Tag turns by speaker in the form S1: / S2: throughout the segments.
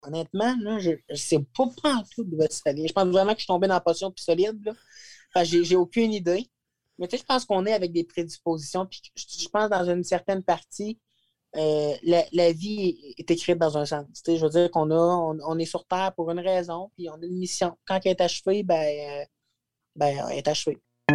S1: Honnêtement, là, je sais pas en tout d'où ça vient. Je pense vraiment que je suis tombé dans la potion puis solide, là. Enfin, j'ai aucune idée. Mais tu sais, je pense qu'on est avec des prédispositions. Puis je pense dans une certaine partie, la vie est écrite dans un sens. Tu sais, je veux dire on est sur Terre pour une raison, puis on a une mission. Quand elle est achevée, elle est achevée.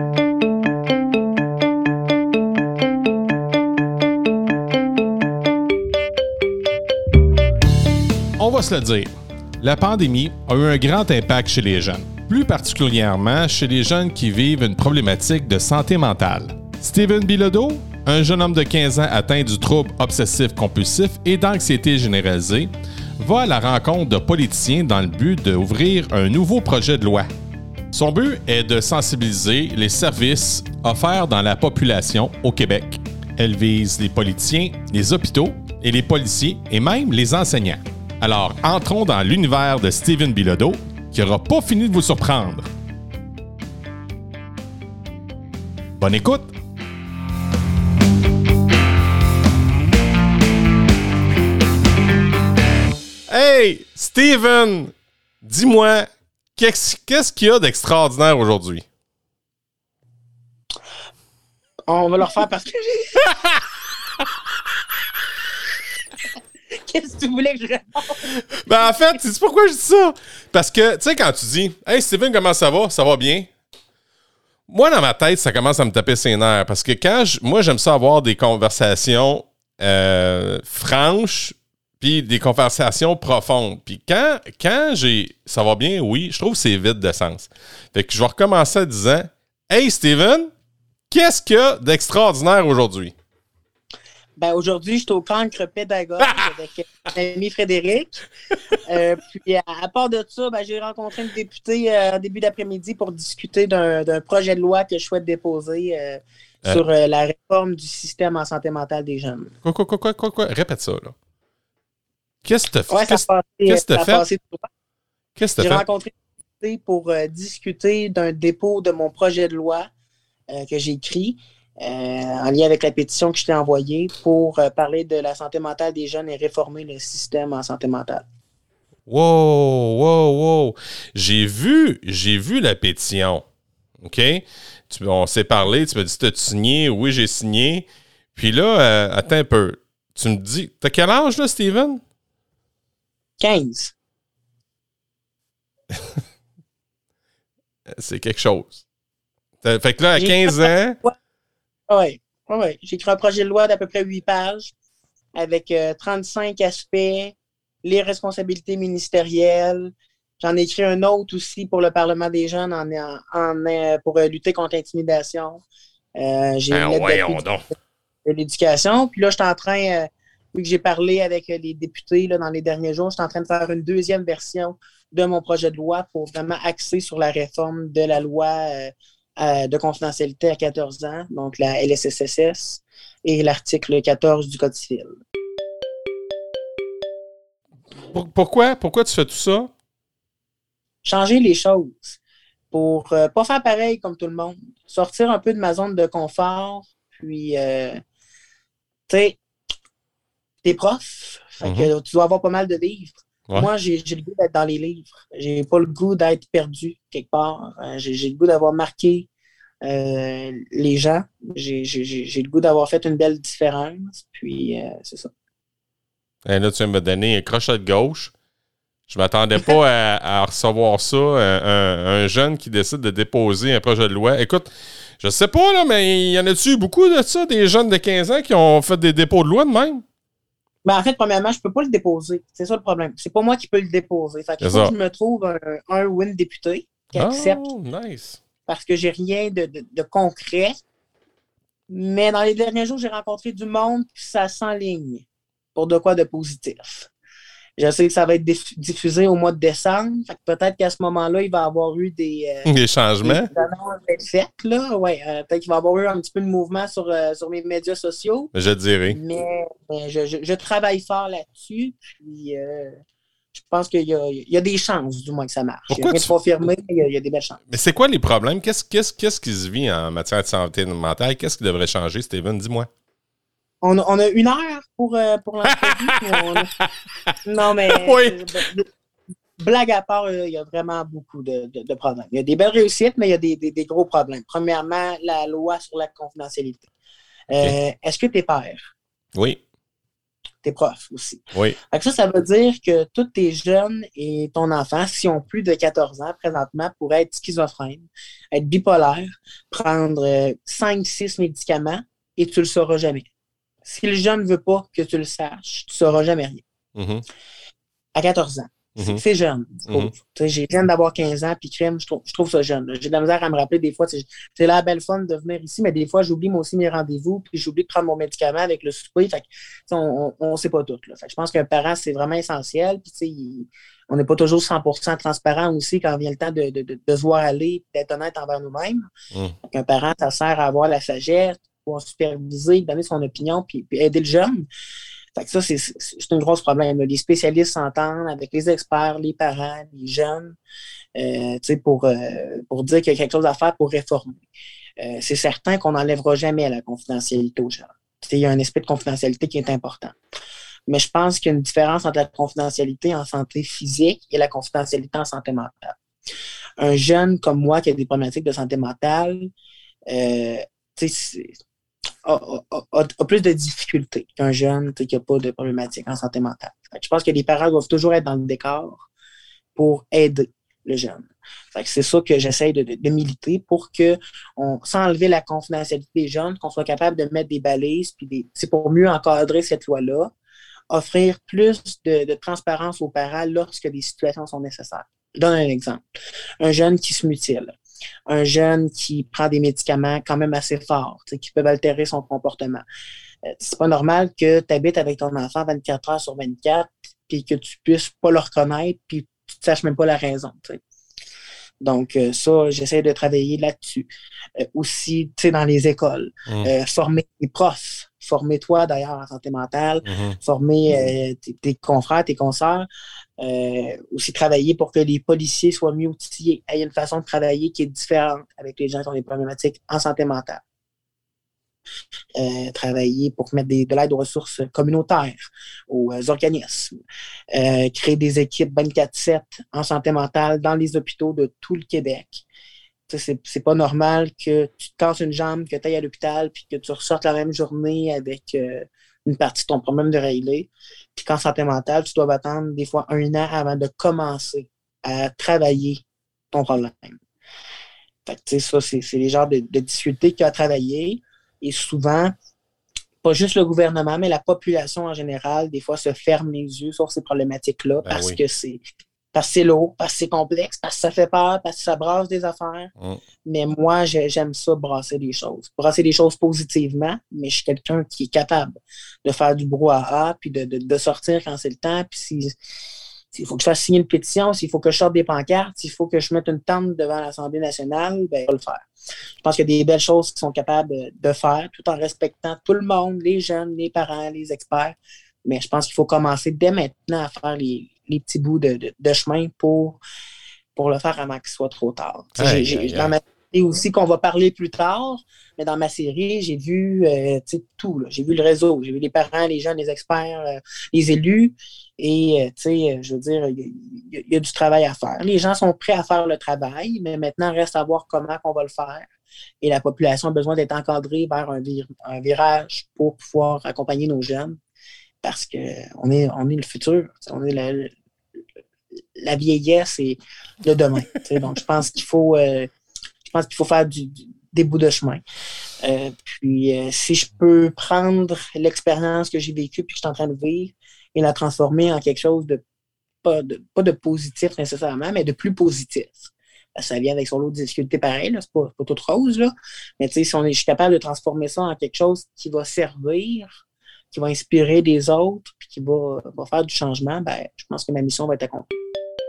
S2: On va se le dire, la pandémie a eu un grand impact chez les jeunes, plus particulièrement chez les jeunes qui vivent une problématique de santé mentale. Steven Bilodeau, un jeune homme de 15 ans atteint du trouble obsessif-compulsif et d'anxiété généralisée, va à la rencontre de politiciens dans le but d'ouvrir un nouveau projet de loi. Son but est de sensibiliser les services offerts dans la population au Québec. Elle vise les politiciens, les hôpitaux et les policiers et même les enseignants. Alors, entrons dans l'univers de Steven Bilodeau, qui n'aura pas fini de vous surprendre. Bonne écoute! Hey, Steven! Dis-moi, qu'est-ce qu'il y a d'extraordinaire aujourd'hui?
S1: On va le refaire parce que j'ai... Qu'est-ce que tu voulais que je réponde?
S2: Ben en fait, tu sais pourquoi je dis ça? Parce que, tu sais, quand tu dis « Hey Steven, comment ça va? Ça va bien? » Moi, dans ma tête, ça commence à me taper ses nerfs. Parce que moi, j'aime ça avoir des conversations franches puis des conversations profondes. Puis quand j'ai « Ça va bien? » Oui, je trouve que c'est vide de sens. Fait que je vais recommencer en disant « Hey Steven, qu'est-ce qu'il y a d'extraordinaire aujourd'hui? »
S1: Ben aujourd'hui, je suis au cancre pédagogue avec mon ami Frédéric. Puis à part de ça, j'ai rencontré une députée en début d'après-midi pour discuter d'un projet de loi que je souhaite déposer sur la réforme du système en santé mentale des jeunes.
S2: Quoi? Répète ça, là. Qu'est-ce que tu as fait?
S1: Ouais,
S2: Qu'est-ce que tu as fait?
S1: J'ai rencontré une députée pour discuter d'un dépôt de mon projet de loi que j'ai écrit. En lien avec la pétition que je t'ai envoyée pour parler de la santé mentale des jeunes et réformer le système en santé mentale.
S2: Wow! J'ai vu la pétition. OK? On s'est parlé, tu m'as dit, t'as-tu signé? Oui, j'ai signé. Puis là, attends un peu. Tu me dis, t'as quel âge, là, Steven?
S1: 15.
S2: C'est quelque chose. Fait que là, à 15 ans...
S1: Oui. J'ai écrit un projet de loi d'à peu près 8 pages avec 35 aspects, les responsabilités ministérielles. J'en ai écrit un autre aussi pour le Parlement des jeunes pour lutter contre l'intimidation. J'ai une lettre de l'éducation. Puis là, je suis en train, vu que j'ai parlé avec les députés là, dans les derniers jours, je suis en train de faire une deuxième version de mon projet de loi pour vraiment axer sur la réforme de la loi de confidentialité à 14 ans, donc la LSSS et l'article 14 du Code civil.
S2: Pourquoi tu fais tout ça?
S1: Changer les choses pour pas faire pareil comme tout le monde. Sortir un peu de ma zone de confort, puis tu sais, t'es prof, fait que tu dois avoir pas mal de livres. Ouais. Moi, j'ai le goût d'être dans les livres. J'ai pas le goût d'être perdu quelque part. J'ai le goût d'avoir marqué les gens. J'ai le goût d'avoir fait une belle différence. Puis, c'est ça.
S2: Et là, tu viens me donner un crochet de gauche. Je m'attendais pas à recevoir ça. Un jeune qui décide de déposer un projet de loi. Écoute, je sais pas, là, mais y en a-tu beaucoup de ça, des jeunes de 15 ans qui ont fait des dépôts de loi de même?
S1: Ben, en fait, premièrement, je peux pas le déposer. C'est ça le problème. C'est pas moi qui peux le déposer. Fait qu'il faut que je me trouve un ou une députée qui accepte.
S2: Oh, nice.
S1: Parce que j'ai rien de concret. Mais dans les derniers jours, j'ai rencontré du monde puis ça s'enligne pour de quoi de positif. Je sais que ça va être diffusé au mois de décembre. Fait que peut-être qu'à ce moment-là, il va y avoir eu des
S2: changements.
S1: Des annonces faites, là. Ouais, peut-être qu'il va y avoir eu un petit peu de mouvement sur mes médias sociaux.
S2: Je dirais.
S1: Mais je travaille fort là-dessus. Puis je pense qu'il y a des chances, du moins, que ça marche.
S2: Pourquoi
S1: il y a rien de confirmé, mais il y a des belles chances.
S2: Mais c'est quoi les problèmes? Qu'est-ce qui se vit en matière de santé mentale? Qu'est-ce qui devrait changer, Steven? Dis-moi.
S1: On a 1 heure pour l'entrevue. Non, mais
S2: oui.
S1: Blague à part, il y a vraiment beaucoup de problèmes. Il y a des belles réussites, mais il y a des gros problèmes. Premièrement, la loi sur la confidentialité.
S2: Okay.
S1: Est-ce que tu es père?
S2: Oui.
S1: Tu es prof aussi.
S2: Oui.
S1: Ça veut dire que tous tes jeunes et ton enfant, s'ils ont plus de 14 ans présentement, pourraient être schizophrènes, être bipolaires, prendre 5-6 médicaments et tu ne le sauras jamais. Si le jeune ne veut pas que tu le saches, tu ne sauras jamais rien.
S2: Mm-hmm.
S1: À 14 ans. C'est jeune. J'ai viens d'avoir 15 ans, puis crème, je trouve ça jeune. J'ai de la misère à me rappeler des fois, c'est la belle fun de venir ici, mais des fois, j'oublie moi aussi mes rendez-vous, puis j'oublie de prendre mon médicament avec le souper. Fait que, on ne sait pas tout. Là. Fait que je pense qu'un parent, c'est vraiment essentiel. Puis, on n'est pas toujours 100% transparent aussi quand vient le temps de se voir aller, d'être honnête envers nous-mêmes. Un parent, ça sert à avoir la sagesse, pour superviser, donner son opinion, puis aider le jeune. Fait que ça, c'est un gros problème. Les spécialistes s'entendent avec les experts, les parents, les jeunes, pour dire qu'il y a quelque chose à faire pour réformer. C'est certain qu'on n'enlèvera jamais la confidentialité aux jeunes. Il y a un aspect de confidentialité qui est important. Mais je pense qu'il y a une différence entre la confidentialité en santé physique et la confidentialité en santé mentale. Un jeune comme moi qui a des problématiques de santé mentale, a plus de difficultés qu'un jeune qui n'a pas de problématiques en santé mentale. Je pense que les parents doivent toujours être dans le décor pour aider le jeune. C'est ça que j'essaie de militer pour que, sans enlever la confidentialité des jeunes, qu'on soit capable de mettre des balises, puis c'est pour mieux encadrer cette loi-là, offrir plus de transparence aux parents lorsque des situations sont nécessaires. Je donne un exemple. Un jeune qui se mutile. Un jeune qui prend des médicaments quand même assez forts, qui peuvent altérer son comportement. C'est pas normal que tu habites avec ton enfant 24 heures sur 24 puis que tu puisses pas le reconnaître puis tu ne saches même pas la raison. T'sais. Donc, ça, j'essaie de travailler là-dessus. Aussi, dans les écoles, former les profs. Formez-toi d'ailleurs en santé mentale, former tes confrères, tes consoeurs. Aussi travailler pour que les policiers soient mieux outillés. Il y a une façon de travailler qui est différente avec les gens qui ont des problématiques en santé mentale. Travailler pour mettre de l'aide aux ressources communautaires, aux organismes. Créer des équipes 24/7 en santé mentale dans les hôpitaux de tout le Québec. C'est pas normal que tu te casses une jambe, que tu ailles à l'hôpital, puis que tu ressortes la même journée avec une partie de ton problème de régler. Puis qu'en santé mentale, tu dois attendre des fois 1 an avant de commencer à travailler ton problème. Fait que, ça, c'est les genres de difficultés qu'il y a à travailler. Et souvent, pas juste le gouvernement, mais la population en général, des fois, se ferme les yeux sur ces problématiques-là parce que c'est lourd, parce que c'est complexe, parce que ça fait peur, parce que ça brasse des affaires. Mais moi, j'aime ça, brasser des choses. Brasser des choses positivement, mais je suis quelqu'un qui est capable de faire du brouhaha, puis de sortir quand c'est le temps. Puis s'il faut que je fasse signer une pétition, s'il faut que je sorte des pancartes, s'il faut que je mette une tente devant l'Assemblée nationale, ben, je vais le faire. Je pense qu'il y a des belles choses qu'ils sont capables de faire, tout en respectant tout le monde, les jeunes, les parents, les experts. Mais je pense qu'il faut commencer dès maintenant à faire les petits bouts de chemin pour le faire avant qu'il soit trop tard. Dans ma série aussi, qu'on va parler plus tard, mais dans ma série, j'ai vu tout. Là. J'ai vu le réseau, j'ai vu les parents, les jeunes, les experts, les élus. Et, je veux dire, il y a du travail à faire. Les gens sont prêts à faire le travail, mais maintenant, reste à voir comment on va le faire. Et la population a besoin d'être encadrée vers un virage pour pouvoir accompagner nos jeunes. Parce qu'on est le futur. On est la vieillesse et le demain. Donc, je pense qu'il faut faire des bouts de chemin. Puis, si je peux prendre l'expérience que j'ai vécue puis que je suis en train de vivre et la transformer en quelque chose pas de positif nécessairement, mais de plus positif. Ça vient avec son lot de difficultés pareil, là, c'est pas tout rose, là. Mais si je suis capable de transformer ça en quelque chose qui va servir, qui va inspirer des autres, puis qui va faire du changement, ben, je pense que ma mission va être accomplie.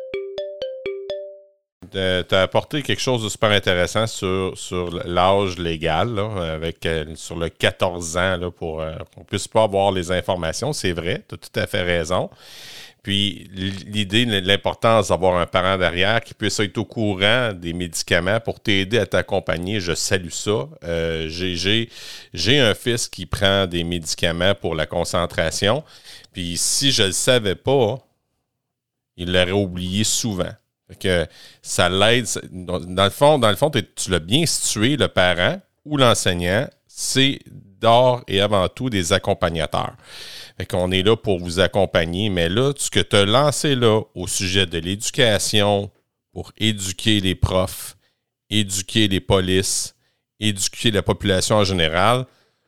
S2: Tu as apporté quelque chose de super intéressant sur l'âge légal, là, sur le 14 ans, là, pour qu'on ne puisse pas avoir les informations. C'est vrai, tu as tout à fait raison. Puis l'idée, l'importance d'avoir un parent derrière qui puisse être au courant des médicaments pour t'aider à t'accompagner, je salue ça. J'ai un fils qui prend des médicaments pour la concentration. Puis si je ne le savais pas, il l'aurait oublié souvent. Fait que ça l'aide. Dans le fond, tu l'as bien situé, le parent ou l'enseignant, c'est d'abord et avant tout des accompagnateurs. Fait qu'on est là pour vous accompagner, mais là, ce que tu as lancé là au sujet de l'éducation, pour éduquer les profs, éduquer les polices, éduquer la population en général,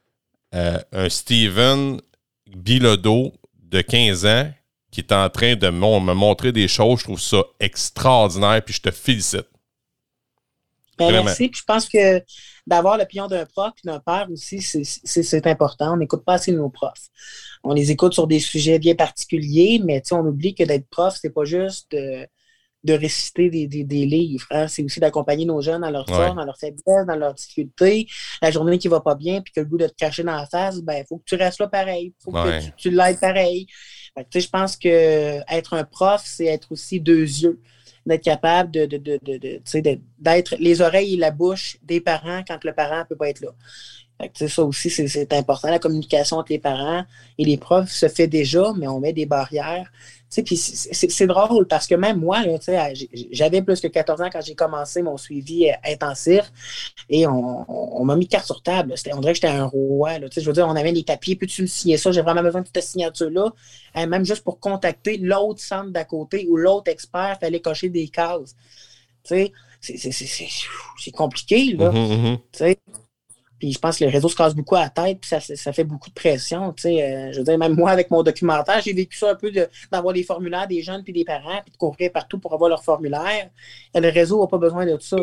S2: un Steven Bilodeau de 15 ans qui est en train de me montrer des choses, je trouve ça extraordinaire, puis je te félicite.
S1: Merci. Puis je pense que d'avoir l'opinion d'un prof et d'un père aussi, c'est important. On n'écoute pas assez nos profs. On les écoute sur des sujets bien particuliers, mais on oublie que d'être prof, c'est pas juste de réciter des livres. Hein? C'est aussi d'accompagner nos jeunes dans leur sort, dans leur faiblesse, dans leurs difficultés. La journée qui va pas bien, puis que le goût de te cacher dans la face, il faut que tu restes là pareil. Il faut que tu l'aides pareil. Je pense que être un prof, c'est être aussi deux yeux. D'être capable d'être les oreilles et la bouche des parents quand le parent ne peut pas être là. Ça aussi, c'est important. La communication entre les parents et les profs se fait déjà, mais on met des barrières. Puis c'est drôle parce que même moi, là, j'avais plus que 14 ans quand j'ai commencé mon suivi intensif et on m'a mis carte sur table. On dirait que j'étais un roi. Là, je veux dire, on avait des papiers, peux-tu me signer ça? J'ai vraiment besoin de cette signature-là. Même juste pour contacter l'autre centre d'à côté ou l'autre expert, il fallait cocher des cases. C'est compliqué. Là, Puis je pense que le réseau se casse beaucoup à la tête, puis ça fait beaucoup de pression. Je veux dire, même moi, avec mon documentaire, j'ai vécu ça un peu d'avoir des formulaires des jeunes puis des parents, puis de courir partout pour avoir leur formulaire. Et le réseau n'a pas besoin de tout ça.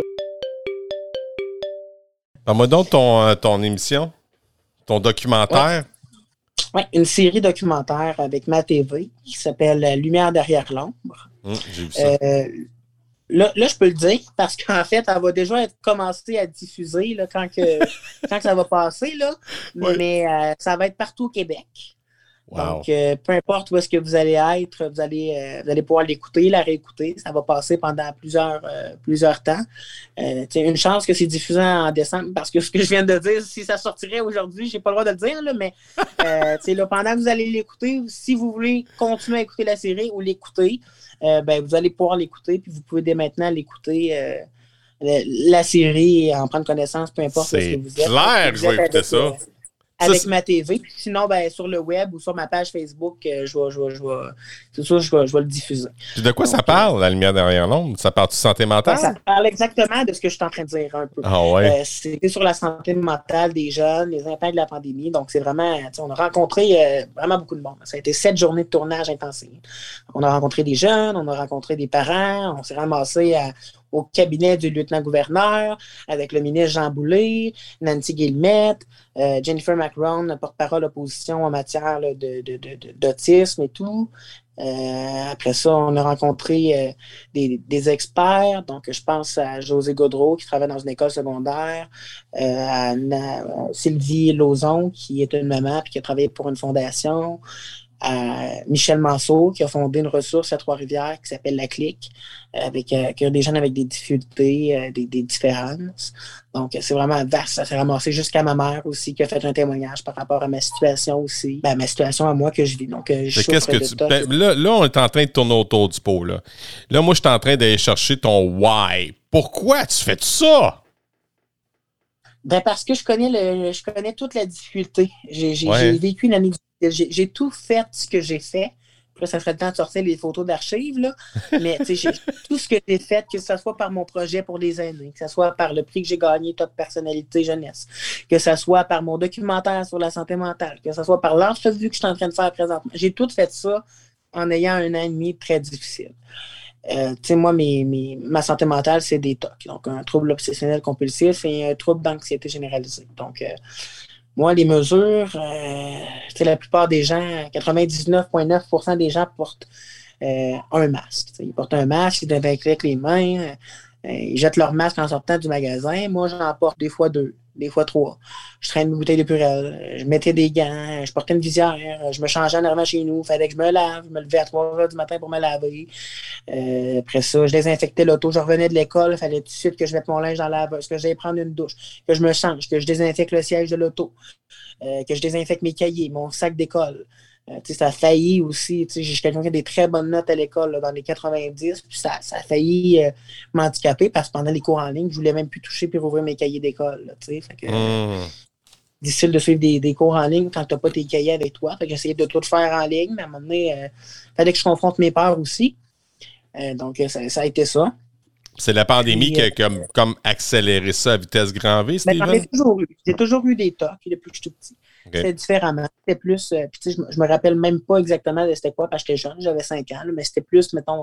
S2: Parle-moi donc ton émission, ton documentaire.
S1: Oui, une série documentaire avec ma TV qui s'appelle Lumière derrière l'ombre.
S2: J'ai vu ça.
S1: Là, je peux le dire, parce qu'en fait, elle va déjà être commencée à diffuser là, quand ça va passer. Là. Mais ça va être partout au Québec. Wow. Donc, peu importe où est-ce que vous allez être, vous allez pouvoir l'écouter, la réécouter. Ça va passer pendant plusieurs temps. Une chance que c'est diffusé en décembre, parce que ce que je viens de dire, si ça sortirait aujourd'hui, j'ai pas le droit de le dire, là, mais là, pendant que vous allez l'écouter, si vous voulez continuer à écouter la série ou l'écouter, vous allez pouvoir l'écouter, puis vous pouvez dès maintenant l'écouter, la série, et en prendre connaissance, peu importe où est-ce que vous êtes.
S2: C'est clair que je vais écouter ça.
S1: Avec ma TV. Puis sinon, sur le web ou sur ma page Facebook, je vais le diffuser.
S2: Puis de quoi ça parle, La lumière derrière l'ombre? Ça parle de santé mentale?
S1: Ça parle exactement de ce que je suis en train de dire un peu.
S2: Ah ouais.
S1: C'est sur la santé mentale des jeunes, les impacts de la pandémie. Donc, c'est vraiment... On a rencontré vraiment beaucoup de monde. Ça a été 7 journées de tournage intensif. On a rencontré des jeunes, on a rencontré des parents, on s'est ramassé au cabinet du lieutenant-gouverneur avec le ministre Jean Boulet, Nancy Guillemette, Jennifer McRone, porte-parole opposition en matière d'autisme et tout. Après ça, on a rencontré des experts. Donc, je pense à José Gaudreau, qui travaille dans une école secondaire, à Sylvie Lauzon, qui est une maman et qui a travaillé pour une fondation, à Michel Manceau, qui a fondé une ressource à Trois-Rivières qui s'appelle La Clique, qui a des jeunes avec des difficultés, des différences. Donc, c'est vraiment vaste. Ça s'est ramassé jusqu'à ma mère aussi, qui a fait un témoignage par rapport à ma situation aussi. Ma situation à moi que je vis. Donc,
S2: qu'est-ce que là, on est en train de tourner autour du pot. Là, moi, je suis en train d'aller chercher ton why. Pourquoi tu fais ça?
S1: Parce que je connais toute la difficulté. J'ai vécu une année. J'ai tout fait ce que j'ai fait. Puis là, ça serait le temps de sortir les photos d'archives, là. Mais tout ce que j'ai fait, que ce soit par mon projet pour les aînés, que ce soit par le prix que j'ai gagné Top Personnalité Jeunesse, que ce soit par mon documentaire sur la santé mentale, que ce soit par l'entrevue que je suis en train de faire présentement. J'ai tout fait ça en ayant un an et demi très difficile. Moi, ma santé mentale, c'est des TOC. Donc, un trouble obsessionnel compulsif et un trouble d'anxiété généralisée. Donc, moi, les mesures, la plupart des gens, 99,9% des gens portent un masque. Ils portent un masque, ils doivent avec les mains. Ils jettent leur masque en sortant du magasin. Moi, j'en porte des fois 2, des fois 3. Je traîne une bouteille de Purell. Je mettais des gants. Je portais une visière. Je me changeais en arrivant chez nous. Il fallait que je me lave. Je me levais à 3 heures du matin pour me laver. Après ça, je désinfectais l'auto. Je revenais de l'école. Il fallait tout de suite que je mette mon linge dans la laveuse, que j'aille prendre une douche, que je me change, que je désinfecte le siège de l'auto, que je désinfecte mes cahiers, mon sac d'école. Ça a failli aussi. J'ai quelqu'un qui a des très bonnes notes à l'école, là, dans les 90. Puis ça a failli m'handicaper parce que pendant les cours en ligne, je voulais même plus toucher puis rouvrir mes cahiers d'école. Difficile de suivre des cours en ligne quand tu n'as pas tes cahiers avec toi. Fait que j'essayais de tout faire en ligne, mais à un moment donné, il fallait que je confronte mes peurs aussi. Donc, ça a été ça.
S2: C'est la pandémie qui a comme accéléré ça à vitesse grand V, Steven?
S1: J'ai toujours eu des tocs depuis que je suis tout petit. Okay. C'était différemment. C'était plus... je me rappelle même pas exactement de c'était quoi parce que j'étais jeune, j'avais 5 ans, là, mais c'était plus, mettons...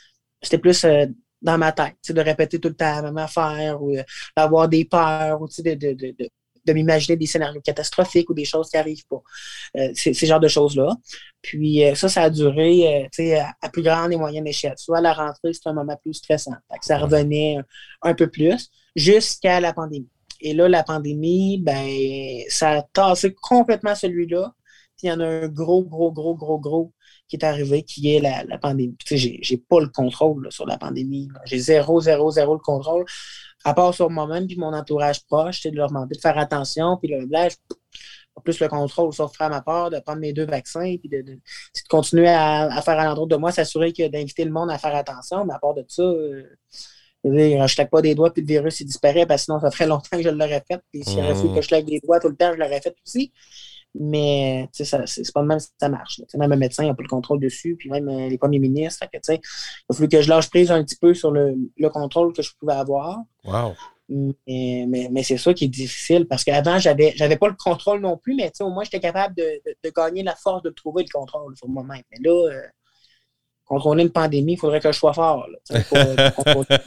S1: dans ma tête, de répéter tout le temps la même affaire ou d'avoir des peurs ou de m'imaginer des scénarios catastrophiques ou des choses qui n'arrivent pas. Ces genres de choses-là. Puis ça a duré à plus grande et moyenne échelle. Soit à la rentrée, c'était un moment plus stressant. Fait que ça revenait un peu plus jusqu'à la pandémie. Et là, la pandémie, ça a tassé complètement celui-là. Puis il y en a un gros qui est arrivé, qui est la pandémie. Puis j'ai pas le contrôle là, sur la pandémie. Là. J'ai 0 le contrôle. À part sur moi-même puis mon entourage proche, de leur demander de faire attention. Puis là, pas plus le contrôle, sauf faire ma part, de prendre mes 2 vaccins, puis de continuer à faire alentour de moi, s'assurer d'inviter le monde à faire attention. Mais à part de ça, je ne claque pas des doigts, puis le virus, il disparaît, parce que sinon, ça ferait longtemps que je l'aurais fait. Puis s'il aurait fallu que je claque des doigts tout le temps, je l'aurais fait aussi. Mais c'est pas le même si ça marche. Même un médecin n'a pas le contrôle dessus, puis même les premiers ministres. Fait que, il a fallu que je lâche prise un petit peu sur le contrôle que je pouvais avoir.
S2: Wow.
S1: Mais c'est ça qui est difficile parce qu'avant, j'avais pas le contrôle non plus, mais au moins, j'étais capable de gagner la force de trouver le contrôle sur moi-même. Mais là, contrôler une pandémie, il faudrait que je sois fort là, pour contrôler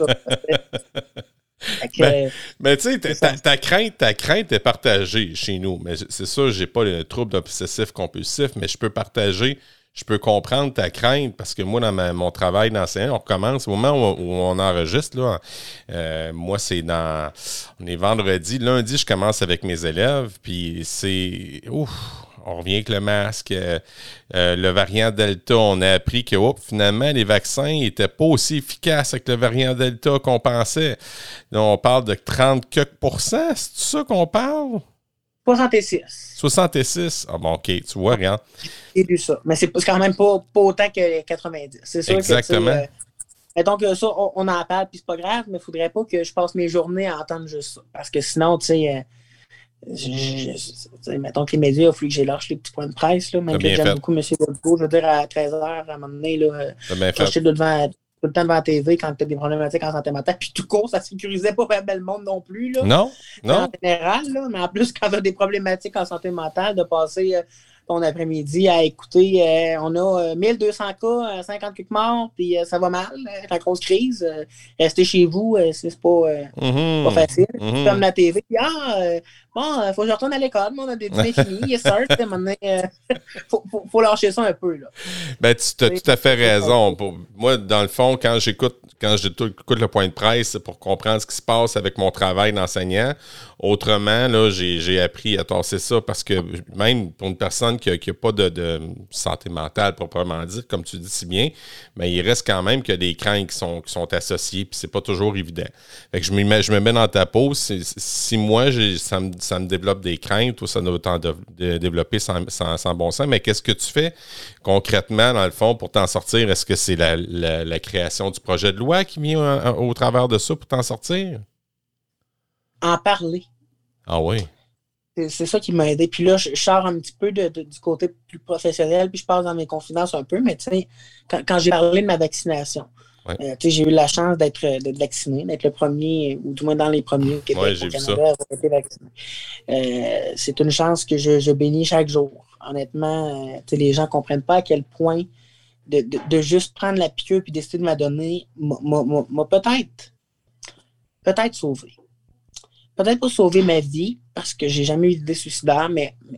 S1: ça.
S2: Mais tu sais, ta crainte est partagée chez nous. Mais c'est ça, j'ai pas le trouble obsessif compulsif, mais je peux comprendre ta crainte parce que moi, dans mon travail d'enseignant, on recommence au moment où on enregistre. Là, moi, on est vendredi. Lundi, je commence avec mes élèves, puis c'est... on revient avec le masque. Le variant Delta, on a appris que finalement, les vaccins n'étaient pas aussi efficaces avec le variant Delta qu'on pensait. Là, on parle de 30 quelques %. C'est ça qu'on parle?
S1: 66.
S2: 66? Ah bon, OK, tu vois, regarde.
S1: J'ai lu ça. Mais c'est quand même pas autant que les 90. C'est sûr.
S2: Exactement.
S1: Mettons que ça, on en parle, puis c'est pas grave, mais il faudrait pas que je passe mes journées à entendre juste ça. Parce que sinon, tu sais... mettons que les médias, il a fallu que j'ai lâché les petits points de presse, là, même que j'aime beaucoup M. Legault. Je veux dire, à 13h, à un moment donné, quand j'étais tout le temps devant la TV, quand tu as des problématiques en santé mentale, puis tout court, ça ne sécurisait pas bien le monde non plus. Là,
S2: non.
S1: En général, là, mais en plus, quand tu as des problématiques en santé mentale, de passer ton après-midi à écouter, on a 1200 cas, 50 quelques morts, puis ça va mal, la grosse crise. Restez chez vous, c'est pas facile. Comme la TV, puis il faut que je retourne à l'école, on a des dîners finis, yes sir, maintenant, faut lâcher ça un peu. Là.
S2: Ben, tu as tout à fait raison. Moi, dans le fond, quand j'écoute le point de presse, c'est pour comprendre ce qui se passe avec mon travail d'enseignant. Autrement, là, j'ai appris à tasser ça parce que même pour une personne qui n'a pas de santé mentale proprement dite, comme tu dis si bien, mais il reste quand même qu'il y a des craintes qui sont associées, puis c'est pas toujours évident. Fait que je me mets dans ta peau. Si moi, ça me développe des craintes, ou ça doit autant développer sans bon sens, mais qu'est-ce que tu fais concrètement, dans le fond, pour t'en sortir? Est-ce que c'est la création du projet de loi qui vient au travers de ça pour t'en sortir?
S1: En parler.
S2: Ah oui?
S1: C'est ça qui m'a aidé. Puis là, je sors un petit peu du côté plus professionnel, puis je passe dans mes confidences un peu, mais tu sais, quand j'ai parlé de ma vaccination,
S2: ouais.
S1: J'ai eu la chance d'être vacciné, d'être le premier, ou du moins dans les premiers au Québec,
S2: ouais, au Canada,
S1: à avoir été vacciné. C'est une chance que je bénis chaque jour. Honnêtement, les gens ne comprennent pas à quel point de juste prendre la piqûre puis décider de me donner m'a peut-être sauvé. Peut-être pas sauver ma vie, parce que j'ai jamais eu d'idée suicidaire, mais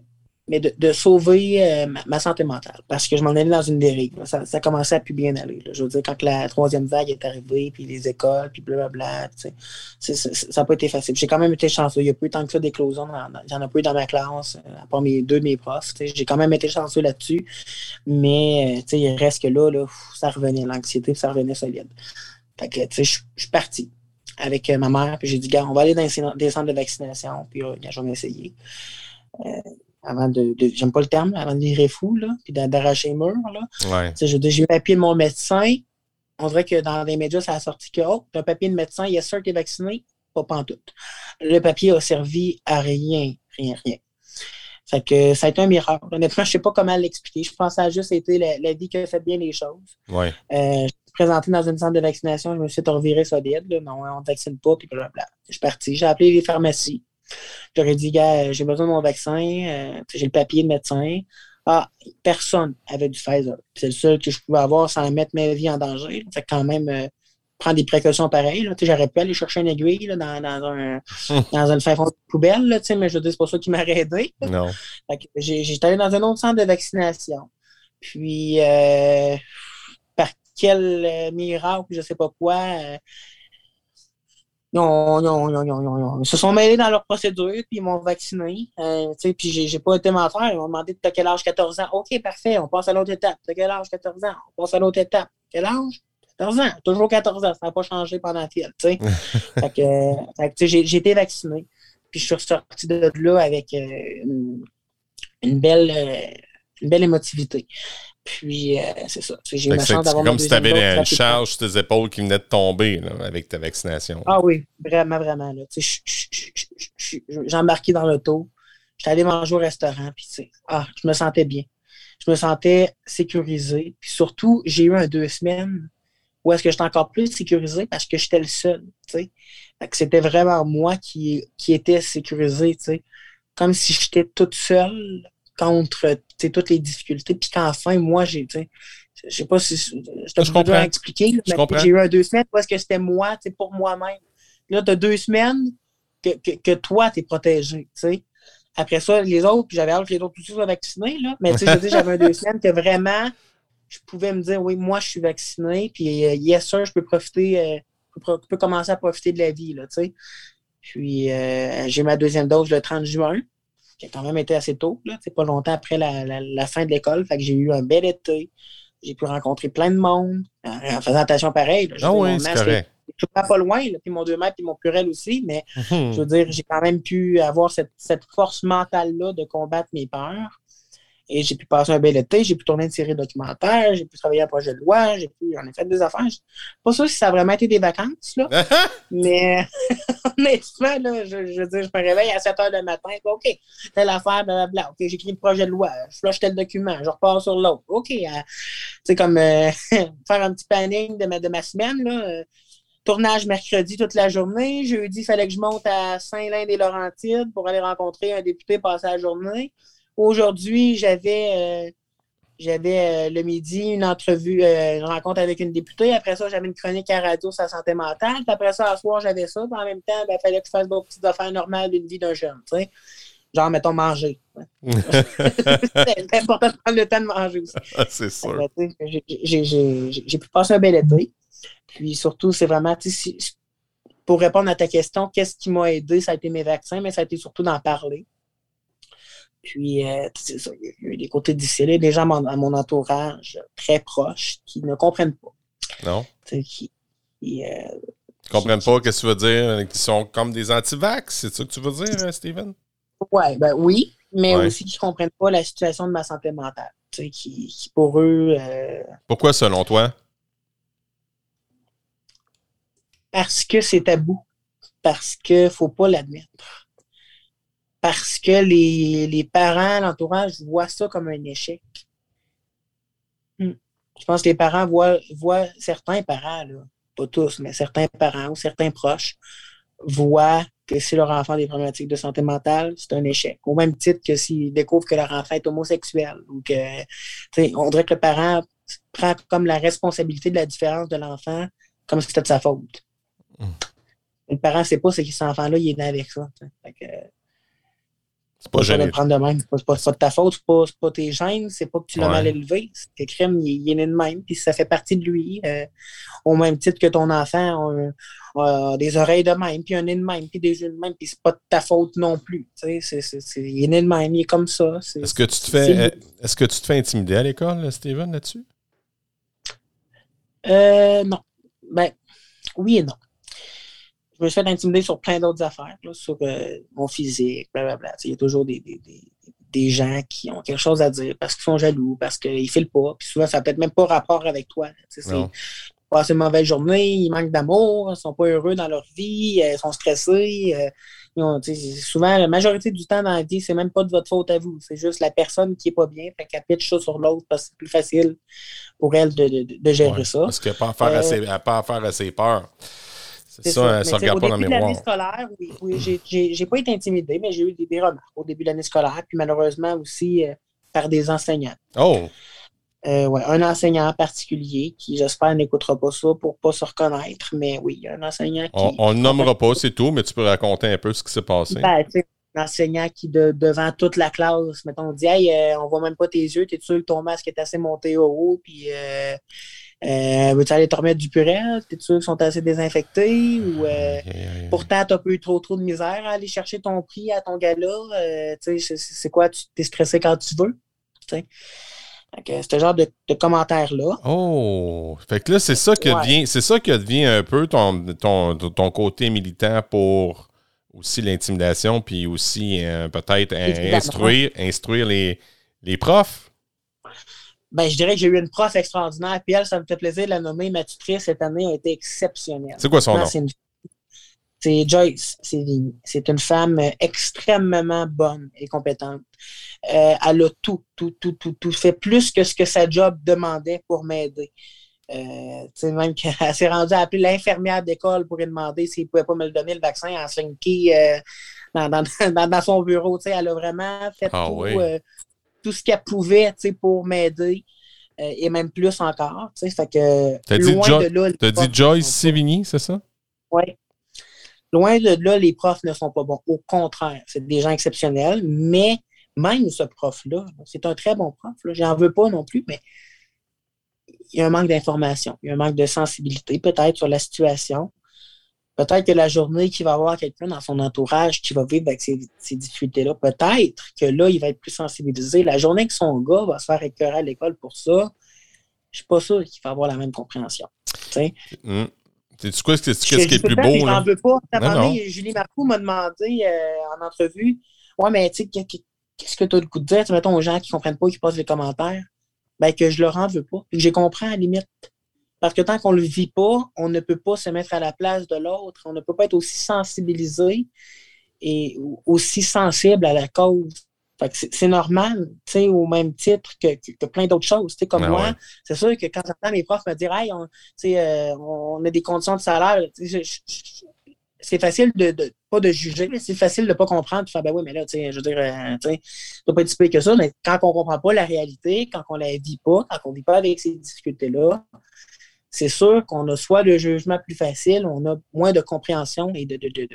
S1: mais de sauver ma santé mentale, parce que je m'en allais dans une dérive. Là. Ça commençait à plus bien aller. Là. Je veux dire, quand la troisième vague est arrivée, puis les écoles, puis blablabla, ça n'a pas été facile. J'ai quand même été chanceux. Il n'y a pas eu tant que ça d'éclosion. J'en ai pas eu dans ma classe, à part deux de mes profs. J'ai quand même été chanceux là-dessus, mais il reste que là, ça revenait, l'anxiété, ça revenait solide. Fait que, je suis parti avec ma mère, puis j'ai dit, gars, on va aller dans des centres de vaccination, puis je vais m'essayer. Avant j'aime pas le terme, avant de virer fou, là, puis d'arracher les murs, là.
S2: Ouais.
S1: J'ai eu le papier de mon médecin. On dirait que dans les médias, ça a sorti que, t'as un papier de médecin, yes sir, t'es vacciné, pas pantoute. Le papier a servi à rien. Fait que ça a été un miracle. Honnêtement, je sais pas comment l'expliquer. Je pense que ça a juste été la vie qui a fait bien les choses.
S2: Ouais.
S1: Je suis présenté dans une centre de vaccination, je me suis fait revirer solide, là. Non, on ne vaccine pas, puis blablabla. Je suis parti, j'ai appelé les pharmacies. J'aurais dit, gars, j'ai besoin de mon vaccin, j'ai le papier de médecin. Ah, personne avait du Pfizer. C'est le seul que je pouvais avoir sans mettre ma vie en danger. Fait que quand même, prendre des précautions pareilles. J'aurais pu aller chercher une aiguille là, dans un fin fond de poubelle, là, mais je veux dire, c'est pas ça qui m'aurait aidé.
S2: Non.
S1: Fait que j'étais allé dans un autre centre de vaccination. Puis, par quel miracle, je sais pas quoi, ils se sont mêlés dans leur procédure, puis ils m'ont vacciné. Puis j'ai pas été menteur. Ils m'ont demandé t'as quel âge, 14 ans. OK, parfait, on passe à l'autre étape. T'as quel âge, 14 ans? On passe à l'autre étape. Quel âge? 14 ans. Toujours 14 ans. Ça n'a pas changé pendant la file. Fait que j'ai été vacciné. Puis je suis ressorti de là avec une belle émotivité. Puis, c'est ça. J'ai eu ma chance d'avoir
S2: comme si tu avais une charge sur tes épaules qui venait de tomber là, avec ta vaccination.
S1: Ah oui, vraiment, vraiment. J'ai embarqué dans l'auto. J'étais allé manger au restaurant. Puis, je me sentais bien. Je me sentais sécurisé. Puis surtout, j'ai eu 2 semaines où est-ce que j'étais encore plus sécurisé parce que j'étais le seul. Fait que c'était vraiment moi qui était sécurisé. T'sais. Comme si j'étais toute seule contre toutes les difficultés. Puis qu'enfin, moi, je sais pas si je te comprends expliquer, mais j'ai eu 2 semaines parce que c'était moi, pour moi-même. Là, tu as 2 semaines que toi, tu es protégé. T'sais. Après ça, les autres, puis j'avais hâte que les autres aussi soient vaccinés, là, mais je veux dire, j'avais 2 semaines que vraiment, je pouvais me dire, oui, moi, je suis vacciné, puis yes, sir, je peux profiter, je peux commencer à profiter de la vie. Là, puis, j'ai ma 2e dose le 30 juin. Qui a quand même été assez tôt, là, pas longtemps après la fin de l'école. Fait que j'ai eu un bel été. J'ai pu rencontrer plein de monde en faisant attention pareil. Là,
S2: oui, c'est correct.
S1: Je suis pas loin, là, puis mon 2 mètres puis mon purel aussi, mais je veux dire, j'ai quand même pu avoir cette force mentale-là de combattre mes peurs. Et j'ai pu passer un bel été, j'ai pu tourner une série documentaire, j'ai pu travailler un projet de loi, j'en ai fait des affaires. Pas sûr si ça a vraiment été des vacances, là. Mais honnêtement, là, je veux dire, je me réveille à 7 h le matin, OK, telle affaire, blablabla. OK, j'écris le projet de loi, je flush tel document, je repars sur l'autre. OK, c'est comme faire un petit planning de ma semaine, là. Tournage mercredi toute la journée. Jeudi, il fallait que je monte à Saint-Lin-des-Laurentides pour aller rencontrer un député passer la journée. Aujourd'hui, j'avais le midi une entrevue, une rencontre avec une députée. Après ça, j'avais une chronique à radio sur la santé mentale. Puis après ça, à soir, j'avais ça. Puis en même temps, il fallait que je fasse d'autres petites affaires normales d'une vie d'un jeune. T'sais. Genre, mettons, manger. C'est important de prendre le temps de manger aussi.
S2: C'est sûr.
S1: J'ai pu passer un bel été. Puis surtout, c'est vraiment, pour répondre à ta question, qu'est-ce qui m'a aidé? Ça a été mes vaccins, mais ça a été surtout d'en parler. Puis, c'est ça, il y a eu des côtés difficiles. Il y a des gens à mon entourage très proches qui ne comprennent pas.
S2: Non.
S1: Qui
S2: comprennent pas, qu'est-ce que tu veux dire? Qui sont comme des anti-vax, c'est ça que tu veux dire, Steven?
S1: Ouais, oui, mais aussi qui ne comprennent pas la situation de ma santé mentale. Qui pour eux...
S2: Pourquoi, selon toi?
S1: Parce que c'est tabou. Parce qu'il ne faut pas l'admettre. Parce que les parents, l'entourage voient ça comme un échec. Je pense que les parents voient certains parents, là, pas tous, mais certains parents ou certains proches voient que si leur enfant a des problématiques de santé mentale, c'est un échec. Au même titre que s'ils découvrent que leur enfant est homosexuel ou que, on dirait que le parent prend comme la responsabilité de la différence de l'enfant comme si c'était de sa faute. Le parent ne sait pas que cet enfant-là, il est né avec ça.
S2: C'est pas gêné.
S1: De le prendre de même. C'est pas de ta faute, c'est pas tes gènes, c'est pas que tu l'as mal élevé. C'est que crème, il est né de même, puis ça fait partie de lui. Au même titre que ton enfant a des oreilles de même, puis un nez de même, puis des yeux de même, puis c'est pas de ta faute non plus. Il est né de même, il est comme ça.
S2: Est-ce que tu te fais intimider à l'école, Steven, là-dessus?
S1: Non. Ben, oui et non. Je me suis fait intimider sur plein d'autres affaires, là, sur mon physique, blablabla. Il y a toujours des gens qui ont quelque chose à dire parce qu'ils sont jaloux, parce qu'ils ne filent pas. Puis souvent, ça n'a peut-être même pas rapport avec toi. Ils passent une mauvaise journée, ils manquent d'amour, ils ne sont pas heureux dans leur vie, ils sont stressés. Souvent, la majorité du temps dans la vie, c'est même pas de votre faute à vous. C'est juste la personne qui n'est pas bien, fait qu'elle pitche ça sur l'autre parce que c'est plus facile pour elle de gérer ça.
S2: Parce qu'elle n'a pas affaire à ses peurs. C'est ça, ça regarde pas dans le miroir.
S1: Au début de l'année scolaire, oui, j'ai pas été intimidé, mais j'ai eu des remarques au début de l'année scolaire, puis malheureusement aussi par des enseignants.
S2: Oh!
S1: Un enseignant en particulier qui, j'espère, n'écoutera pas ça pour pas se reconnaître, mais oui, il y a un enseignant qui...
S2: On le nommera pas, c'est tout, mais tu peux raconter un peu ce qui s'est passé.
S1: Un enseignant qui, devant toute la classe, mettons, dit « Hey, on voit même pas tes yeux, t'es sûr que ton masque est assez monté au haut, puis... veux-tu aller te remettre du Purell? T'es sûr qu'ils sont assez désinfectés? Ou pourtant, t'as pas eu trop de misère à aller chercher ton prix à ton gala? C'est quoi? Tu t'es stressé quand tu veux? C'est ce genre de commentaires-là.
S2: Oh! Fait que là, c'est ça qui devient un peu ton côté militant pour aussi l'intimidation, puis aussi peut-être instruire les profs.
S1: Ben, je dirais que j'ai eu une prof extraordinaire. Puis elle, ça me fait plaisir de la nommer. Ma tutrice cette année a été exceptionnelle.
S2: C'est quoi son nom?
S1: C'est Joyce. C'est une femme extrêmement bonne et compétente. Elle a tout fait, plus que ce que sa job demandait pour m'aider. Même qu'elle s'est rendue à appeler l'infirmière d'école pour lui demander s'il ne pouvait pas me le donner, le vaccin, en slinky dans son bureau. Elle a vraiment fait tout ce qu'elle pouvait pour m'aider et même plus encore. Fait que
S2: t'as dit Joyce Sévigny, c'est ça?
S1: Oui. Loin de là, les profs ne sont pas bons. Au contraire, c'est des gens exceptionnels, mais même ce prof-là, c'est un très bon prof. J'en veux pas non plus, mais il y a un manque d'information, il y a un manque de sensibilité peut-être sur la situation. Peut-être que la journée qu'il va avoir quelqu'un dans son entourage qui va vivre avec ces difficultés-là, peut-être que là, il va être plus sensibilisé. La journée que son gars va se faire écœurer à l'école pour ça, je ne suis pas sûr qu'il va avoir la même compréhension.
S2: C'est quoi qu'est-ce qui est plus beau?
S1: J'en veux pas. Julie Marcoux m'a demandé en entrevue, ouais, mais tu sais, qu'est-ce que tu as le coup de dire, mettons, aux gens qui ne comprennent pas, qui passent les commentaires, ben que je leur en veux pas. Et que j'ai compris à la limite. Parce que tant qu'on ne le vit pas, on ne peut pas se mettre à la place de l'autre. On ne peut pas être aussi sensibilisé et aussi sensible à la cause. Fait que c'est normal, au même titre que plein d'autres choses. Comme moi, c'est sûr que quand j'entends mes profs me dire « Hey, on a des conditions de salaire », c'est facile pas de juger, mais c'est facile de ne pas comprendre. De faire « Ben oui, mais là, je veux dire, ça ne doit pas être si pire que ça. » Mais quand on ne comprend pas la réalité, quand on ne la vit pas, quand on ne vit pas avec ces difficultés-là, c'est sûr qu'on a soit le jugement plus facile, on a moins de compréhension et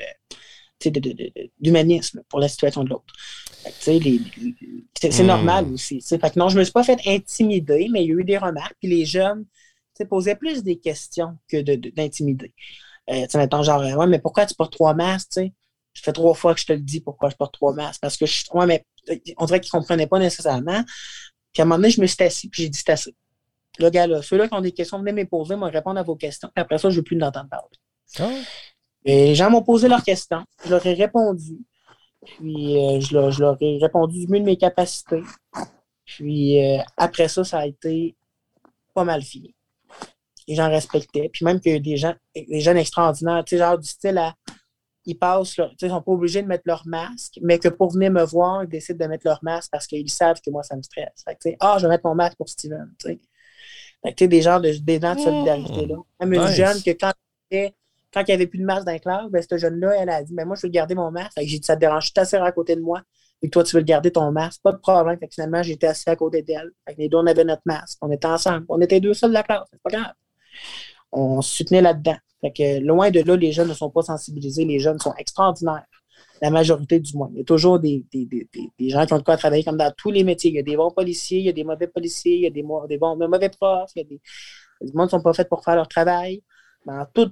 S1: d'humanisme pour la situation de l'autre. C'est normal aussi. Fait que non, je ne me suis pas fait intimider, mais il y a eu des remarques, puis les jeunes posaient plus des questions que d'intimider. Mettons genre, ouais, mais pourquoi tu portes 3 masques? Ça fait 3 fois que je te le dis pourquoi je porte 3 masques. Parce que mais on dirait qu'ils ne comprenaient pas nécessairement. Puis à un moment donné, je me suis assis, puis j'ai dit c'est assez. Là, gars, ceux-là qui ont des questions, venez me poser, moi, répondre à vos questions. Puis après ça, je ne veux plus l'entendre parler. Oh. Et les gens m'ont posé leurs questions. Je leur ai répondu. Puis, je leur ai répondu du mieux de mes capacités. Puis, après ça, ça a été pas mal fini. Les gens respectaient. Puis, même qu'il y a des jeunes extraordinaires, genre du style ils passent, ils ne sont pas obligés de mettre leur masque, mais que pour venir me voir, ils décident de mettre leur masque parce qu'ils savent que moi, ça me stresse. Fait que, je vais mettre mon masque pour Steven. Fait que, des gens de solidarité-là. Même une jeune que quand il n'y avait plus de masque dans la classe, ben, cette jeune-là, elle a dit moi, je veux garder mon masque. Fait que j'ai dit ça te dérange, je suis assis à côté de moi. Et toi, tu veux garder ton masque. Pas de problème. Fait que finalement, j'étais assis à côté d'elle. Fait que les deux, on avait notre masque. On était ensemble. On était 2 seuls de la classe. C'est pas grave. On se soutenait là-dedans. Fait que loin de là, les jeunes ne sont pas sensibilisés. Les jeunes sont extraordinaires La majorité du moins. Il y a toujours des gens qui ont de quoi travailler comme dans tous les métiers. Il y a des bons policiers, il y a des mauvais policiers, il y a des mauvais profs, il y a des gens qui ne sont pas faits pour faire leur travail. Dans tout.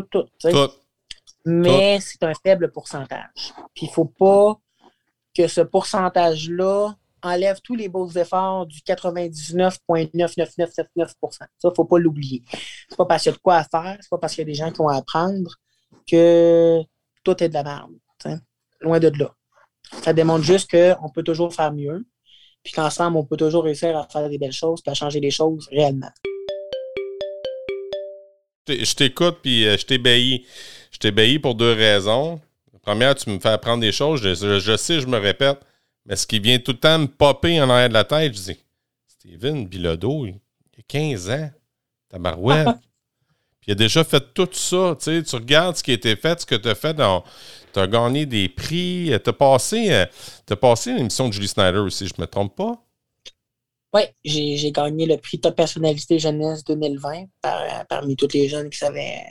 S1: Mais c'est un faible pourcentage. Puis il ne faut pas que ce pourcentage-là enlève tous les beaux efforts du 99,99999%. Ça, il ne faut pas l'oublier. C'est pas parce qu'il y a de quoi à faire, c'est pas parce qu'il y a des gens qui vont apprendre que tout est de la merde. T'sais. Loin de là. Ça démontre juste qu'on peut toujours faire mieux, puis qu'ensemble, on peut toujours réussir à faire des belles choses et à changer les choses réellement.
S2: Je t'écoute, puis je t'ébahis. Je t'ébahis pour 2 raisons. La première, tu me fais apprendre des choses. Je sais, je me répète, mais ce qui vient tout le temps me popper en arrière de la tête, je dis, Steven Bilodeau, il a 15 ans, tabarouette. Puis il a déjà fait tout ça. Tu sais, tu regardes ce qui a été fait, ce que tu as fait. Tu as gagné des prix. Tu as passé l'émission de Julie Snyder aussi, je ne me trompe pas?
S1: Oui, j'ai gagné le prix Top Personnalité Jeunesse 2020 parmi tous les jeunes qui s'avaient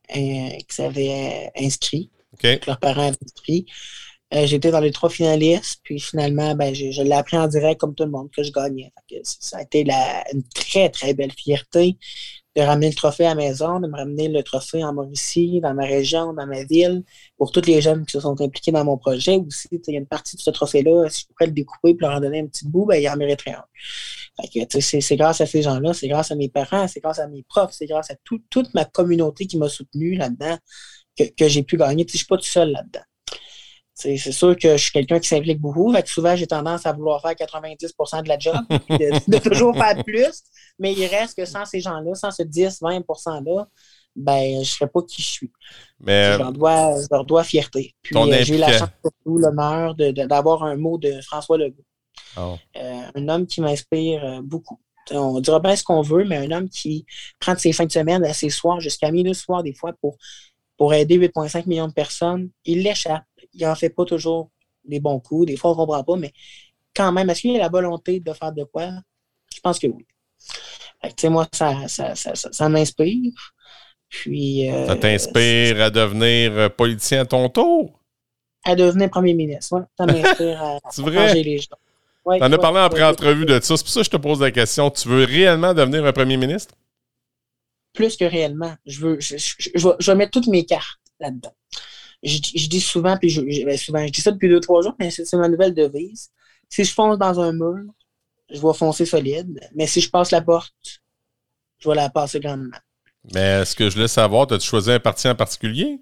S1: inscrits,
S2: Okay.
S1: que leurs parents avaient inscrits. J'étais dans les 3 finalistes, puis finalement, je l'ai appris en direct comme tout le monde que je gagnais. Ça a été une très, très belle fierté de ramener le trophée à la maison, de me ramener le trophée en Mauricie, dans ma région, dans ma ville, pour tous les jeunes qui se sont impliqués dans mon projet aussi. Il y a une partie de ce trophée-là, si je pourrais le découper et leur en donner un petit bout, il en mériterait un. C'est grâce à ces gens-là, c'est grâce à mes parents, c'est grâce à mes profs, c'est grâce à toute ma communauté qui m'a soutenu là-dedans que j'ai pu gagner. Je ne suis pas tout seul là-dedans. C'est sûr que je suis quelqu'un qui s'implique beaucoup. Fait que souvent, j'ai tendance à vouloir faire 90% de la job, de toujours faire plus. Mais il reste que sans ces gens-là, sans ce 10-20%-là, je ne serais pas qui je suis.
S2: Mais
S1: je leur dois fierté. Puis j'ai eu la chance, surtout l'honneur d'avoir un mot de François Legault.
S2: Oh.
S1: Un homme qui m'inspire beaucoup. On dira bien ce qu'on veut, mais un homme qui prend de ses fins de semaine à ses soirs jusqu'à minuit le soir, des fois, pour aider 8,5 millions de personnes, il l'échappe. Il n'en fait pas toujours des bons coups. Des fois, on ne comprend pas, mais quand même, est-ce qu'il a la volonté de faire de quoi? Je pense que oui. Moi, ça m'inspire. Puis,
S2: ça t'inspire à devenir politicien à ton tour?
S1: À devenir premier ministre, oui. Ça m'inspire à changer les gens.
S2: Ouais, t'en as parlé en pré-entrevue de ça. C'est pour ça que je te pose la question. Tu veux réellement devenir un premier ministre?
S1: Plus que réellement. Je vais mettre toutes mes cartes là-dedans. Je dis souvent, puis je dis ça depuis 2-3 jours, mais c'est ma nouvelle devise. Si je fonce dans un mur, je vais foncer solide. Mais si je passe la porte, je vais la passer grandement.
S2: Mais est-ce que je laisse savoir, as-tu choisi un parti en particulier?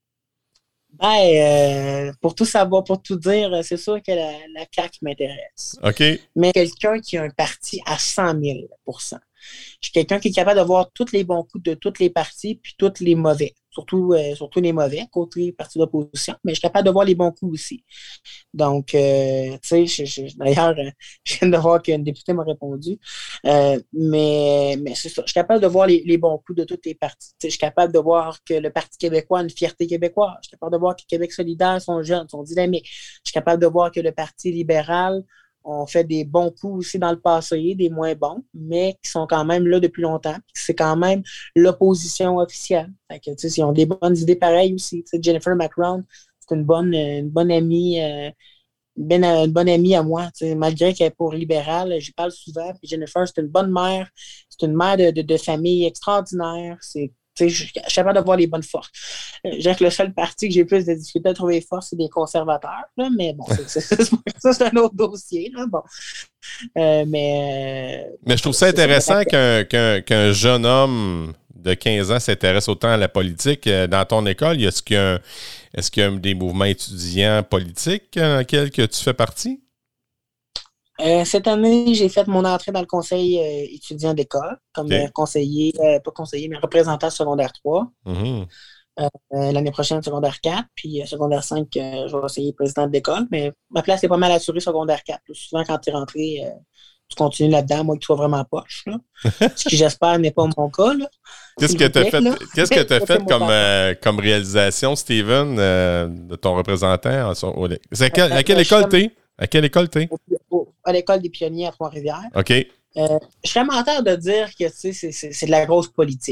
S1: Pour tout savoir, pour tout dire, c'est sûr que la CAQ m'intéresse.
S2: OK.
S1: Mais quelqu'un qui a un parti à 100 000 %. Je suis quelqu'un qui est capable de voir tous les bons coups de tous les partis, puis tous les mauvais. Surtout les mauvais, côté parti d'opposition, mais je suis capable de voir les bons coups aussi. Donc, tu sais, d'ailleurs, je viens de voir qu'une députée m'a répondu, mais c'est ça. Je suis capable de voir les bons coups de tous les partis. Je suis capable de voir que le Parti québécois a une fierté québécoise. Je suis capable de voir que Québec solidaire sont jeunes, sont dynamiques. Je suis capable de voir que le Parti libéral ont fait des bons coups aussi dans le passé, des moins bons, mais qui sont quand même là depuis longtemps. C'est quand même l'opposition officielle. Fait que, ils ont des bonnes idées pareilles aussi. Jennifer McCrown, c'est une bonne amie, une bonne amie à moi. Malgré qu'elle est pour libérale, j'y parle souvent. Puis Jennifer, c'est une bonne mère. C'est une mère de famille extraordinaire. Je suis capable de voir les bonnes forces. Je dirais que le seul parti que j'ai plus de difficulté à trouver fort, c'est des conservateurs. Là, mais bon, ça, c'est un autre dossier. Là, bon. Mais
S2: je trouve ça intéressant qu'un jeune homme de 15 ans s'intéresse autant à la politique. Dans ton école, est-ce qu'il y a des mouvements étudiants politiques dans lesquels tu fais partie?
S1: Cette année, j'ai fait mon entrée dans le conseil étudiant d'école, comme conseiller, pas conseiller, mais représentant secondaire 3.
S2: Mm-hmm.
S1: L'année prochaine, secondaire 4, puis secondaire 5, je vais essayer président d'école, mais ma place est pas mal assurée secondaire 4. Souvent, quand tu es rentré, tu continues là-dedans, moi, que tu sois vraiment poche. Là. Ce qui, j'espère, n'est pas mon cas. Là.
S2: Qu'est-ce que tu as fait comme réalisation, Steven, de ton représentant? À quelle école tu es? À quelle école tu es?
S1: À l'école des pionniers à Trois-Rivières.
S2: OK.
S1: Je serais menteur de dire que c'est de la grosse politique.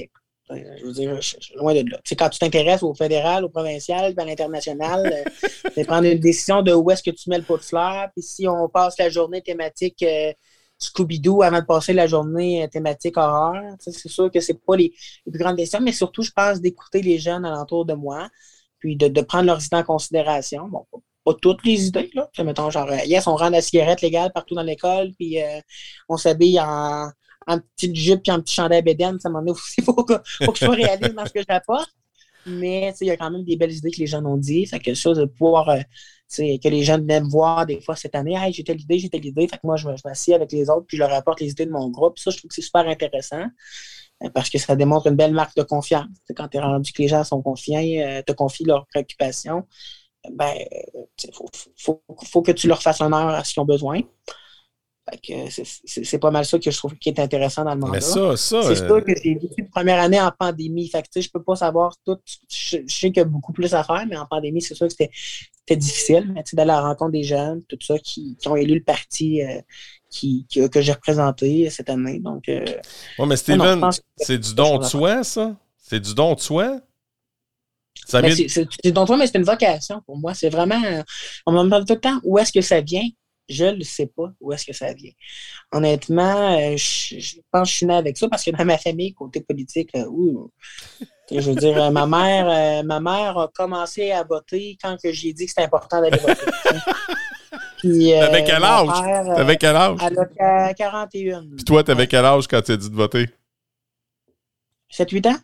S1: Je veux dire, je suis loin de là. C'est quand tu t'intéresses au fédéral, au provincial, puis à l'international, c'est prendre une décision de où est-ce que tu mets le pot de fleurs. Puis si on passe la journée thématique Scooby-Doo avant de passer la journée thématique horreur, c'est sûr que c'est pas les plus grandes décisions, mais surtout, je pense d'écouter les jeunes alentour de moi, puis de prendre leurs idées en considération. Bon, pas toutes les idées, là. Mettons, genre, yes, on rend la cigarette légale partout dans l'école, puis on s'habille en petite jupe et en petit chandail bédaine, ça m'en est aussi. Il faut que je sois réaliste dans ce que j'apporte. Mais il y a quand même des belles idées que les jeunes ont dit. Fait que ça, de pouvoir que les jeunes viennent me voir des fois cette année, hey, j'ai telle idée. Fait que moi, je m'assieds avec les autres puis je leur apporte les idées de mon groupe. Ça, je trouve que c'est super intéressant parce que ça démontre une belle marque de confiance. Quand tu es rendu que les gens sont confiants, te confient leurs préoccupations, ben, faut que tu leur fasses honneur à ce qu'ils ont besoin. Fait que c'est pas mal ça que je trouve qui est intéressant dans le mandat.
S2: Mais ça,
S1: c'est sûr que j'ai vécu une première année en pandémie. Fait que je peux pas savoir tout. Je sais qu'il y a beaucoup plus à faire, mais en pandémie, c'est sûr que c'était difficile. Mais d'aller à la rencontre des jeunes, tout ça, qui ont élu le parti que j'ai représenté cette année. Donc,
S2: mais Steven, c'est du don de soi, ça? C'est du don de soi?
S1: C'est don de soi, mais c'est une vocation pour moi. C'est vraiment. On me demande tout le temps où est-ce que ça vient. Je ne sais pas où est-ce que ça vient. Honnêtement, je pense que je suis né avec ça parce que dans ma famille, côté politique, je veux dire, ma mère a commencé à voter quand j'ai dit que c'était important d'aller voter. Puis,
S2: t'avais quel âge? T'avais quel âge?
S1: Elle a 41.
S2: Puis toi, t'avais quel âge quand tu as dit de voter?
S1: 7-8 ans?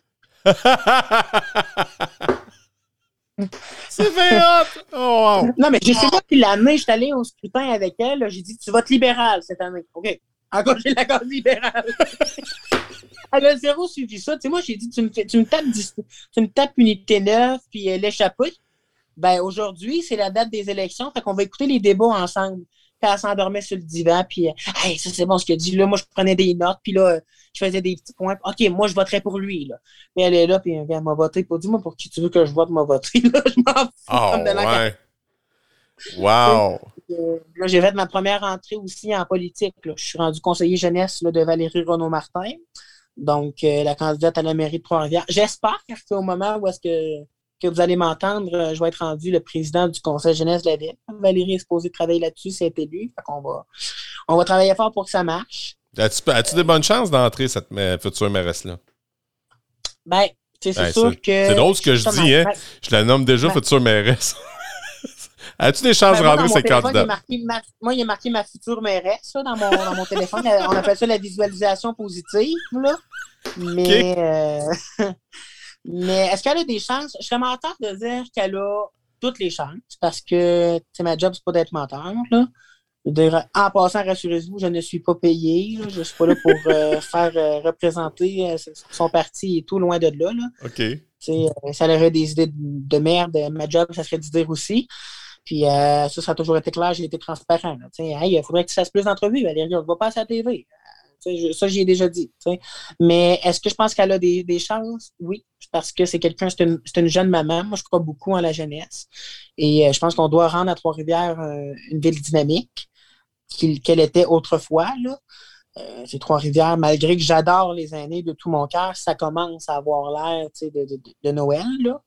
S2: C'est fait hot! Oh, wow.
S1: Non, mais je sais pas si l'année, je suis allé au scrutin avec elle, j'ai dit, tu votes libéral cette année. OK. Encore, j'ai la carte libérale. Elle a zéro suivi ça. Tu sais, moi, j'ai dit, tu me tapes unité 9 puis l'échappée. Ben, aujourd'hui, c'est la date des élections. Fait qu'on va écouter les débats ensemble. Puis elle s'endormait sur le divan, puis hey, ça c'est bon ce qu'elle dit. Là, moi, je prenais des notes, puis là, je faisais des petits points. OK, moi, je voterais pour lui. Là. Mais elle est là, puis elle m'a voté. Puis dis-moi pour qui tu veux que je vote, m'a voté. Là, je m'en fous.
S2: Oh, ouais. Wow!
S1: Là, j'ai fait ma première entrée aussi en politique. Là. Je suis rendu conseiller jeunesse là, de Valérie Renaud-Martin. Donc, la candidate à la mairie de Trois-Rivières. J'espère qu'au moment où est-ce que vous allez m'entendre, je vais être rendu le président du conseil jeunesse de la ville. Valérie est supposée travailler là-dessus, c'est élu. On va travailler fort pour que ça marche.
S2: As-tu des bonnes chances d'entrer cette future mairesse-là?
S1: Ben, c'est sûr que...
S2: C'est drôle ce que je dis, hein? Je la nomme déjà future mairesse. As-tu des chances de rentrer ces candidats?
S1: Moi, il y a marqué ma future mairesse là, dans mon téléphone. On appelle ça la visualisation positive. Là. Mais... Mais est-ce qu'elle a des chances? Je serais menteur de dire qu'elle a toutes les chances parce que ma job, c'est pas d'être menteur. Là. Je veux dire, en passant, rassurez-vous, je ne suis pas payé. Là. Je ne suis pas là pour faire représenter son parti et tout, loin de là.
S2: OK.
S1: Ça aurait des idées de merde. Ma job, ça serait de dire aussi. Puis ça a toujours été clair, j'ai été transparent. Hey, il faudrait que tu fasses plus d'entrevues, Valérie, on ne va pas à la TV. Ça, j'y ai déjà dit. T'sais. Mais est-ce que je pense qu'elle a des chances? Oui, parce que c'est une jeune maman. Moi, je crois beaucoup en la jeunesse. Et je pense qu'on doit rendre à Trois-Rivières une ville dynamique qu'elle était autrefois. Là. C'est Trois-Rivières, malgré que j'adore les aînés de tout mon cœur, ça commence à avoir l'air de Noël. Là.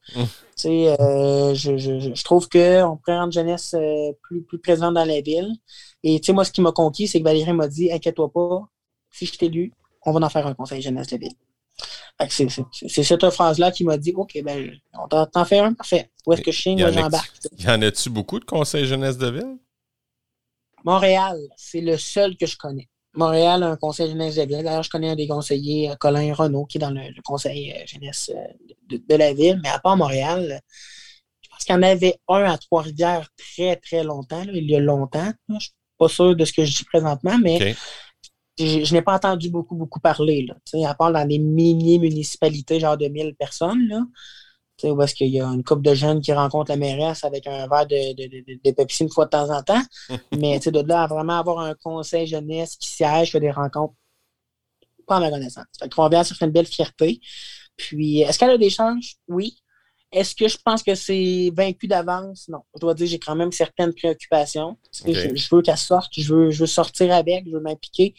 S1: Je trouve qu'on pourrait rendre jeunesse plus présente dans la ville. Et moi, ce qui m'a conquis, c'est que Valérie m'a dit, inquiète-toi pas, si je t'élu, on va en faire un conseil jeunesse de ville. C'est cette phrase-là qui m'a dit, OK, ben, on t'en fait un, parfait. Où est-ce que je signe, moi j'embarque.
S2: Y en a-tu beaucoup de conseils jeunesse de ville?
S1: Montréal, c'est le seul que je connais. Montréal a un conseil jeunesse de ville. D'ailleurs, je connais un des conseillers, Colin Renaud, qui est dans le conseil jeunesse de la ville. Mais à part Montréal, je pense qu'il y en avait un à Trois-Rivières très, très longtemps. Là, il y a longtemps. Là. Je ne suis pas sûr de ce que je dis présentement, mais okay. Je n'ai pas entendu beaucoup parler. Là, à part dans des mini-municipalités, genre de 1000 personnes, là, où est-ce qu'il y a une couple de jeunes qui rencontrent la mairesse avec un verre de Pepsi une fois de temps en temps. Mais de là à vraiment avoir un conseil jeunesse qui siège, fait des rencontres, pas à ma connaissance. Trois-Rivières, ça fait une belle fierté. Puis, est-ce qu'elle a des chances? Oui. Est-ce que je pense que c'est vaincu d'avance? Non. Je dois dire que j'ai quand même certaines préoccupations. Okay. Je veux qu'elle sorte, je veux sortir avec, je veux m'impliquer.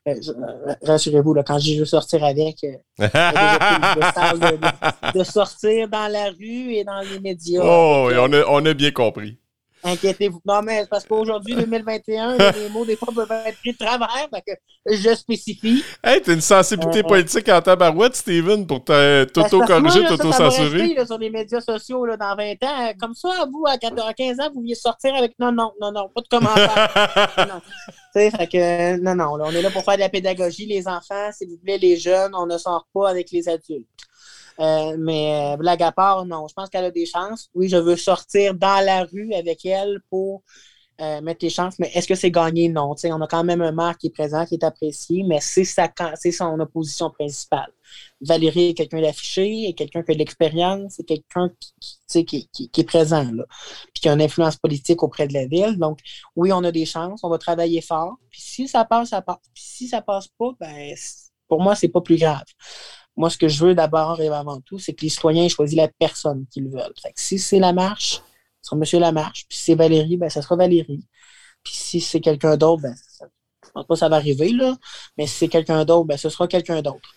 S1: Rassurez-vous, là, quand je veux sortir avec, il y a déjà plus de salles de sortir dans la rue et dans les médias.
S2: Oh, et on a bien compris.
S1: Inquiétez-vous. Non, mais c'est parce qu'aujourd'hui, 2021, les mots, des fois, peuvent être pris de travers. Fait que je spécifie.
S2: Hey, t'as une sensibilité politique en tabarouette, Steven, pour t'auto-corriger, t'auto-censurer.
S1: Ça sur les médias sociaux là, dans 20 ans. Comme ça, vous, à 15 ans, vous vouliez sortir avec non, pas de commentaires. Non. Fait que, non, là, on est là pour faire de la pédagogie. Les enfants, s'il vous plaît, les jeunes, on ne sort pas avec les adultes. Mais blague à part, non. Je pense qu'elle a des chances. Oui, je veux sortir dans la rue avec elle pour mettre les chances. Mais est-ce que c'est gagné? Non. T'sais, on a quand même un maire qui est présent, qui est apprécié, mais c'est son opposition principale. Valérie est quelqu'un d'affiché, est quelqu'un qui a de l'expérience, c'est quelqu'un qui est présent, là, puis qui a une influence politique auprès de la ville. Donc, oui, on a des chances, on va travailler fort. Puis si ça passe, ça passe. Puis si ça passe pas, ben, pour moi, c'est pas plus grave. Moi, ce que je veux d'abord et avant tout, c'est que les citoyens choisissent la personne qu'ils veulent. Fait que si c'est Lamarche, ce sera M. Lamarche. Puis si c'est Valérie, ben ça sera Valérie. Puis si c'est quelqu'un d'autre, ben je pense pas que ça va arriver, là. Mais si c'est quelqu'un d'autre, ben ce sera quelqu'un d'autre.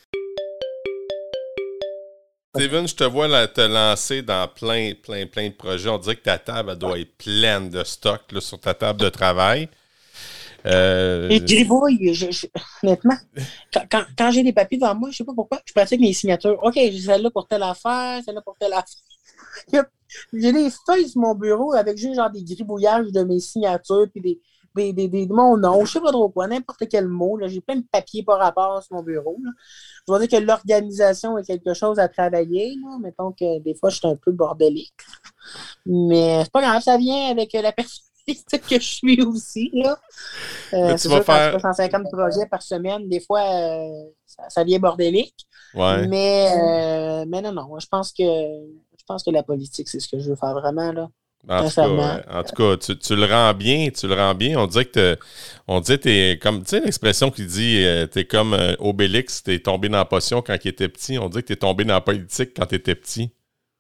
S2: Steven, je te vois te lancer dans plein de projets. On dirait que ta table elle doit être pleine de stock là, sur ta table de travail.
S1: Je gribouille, honnêtement. Quand j'ai des papiers devant moi, je sais pas pourquoi, je pratique mes signatures. OK, j'ai celle-là pour telle affaire, celle-là pour telle affaire. J'ai des feuilles sur mon bureau avec juste genre des gribouillages de mes signatures puis de mon nom, je sais pas trop quoi, n'importe quel mot. Là. J'ai plein de papiers par rapport sur mon bureau. Là. Je dois dire que l'organisation est quelque chose à travailler. Là. Mettons que des fois, je suis un peu bordélique. Mais c'est pas grave, ça vient avec la personne que je suis aussi. Là. C'est sûr, quand tu fais 150 projets par semaine, des fois, ça devient bordélique.
S2: Ouais.
S1: Mais non. Je pense que la politique, c'est ce que je veux faire vraiment. Là.
S2: En tout cas, tu le rends bien. On dirait que t'es comme, tu sais, l'expression qui dit t'es comme Obélix, t'es tombé dans la potion quand il était petit. On dirait que t'es tombé dans la politique quand t'étais petit.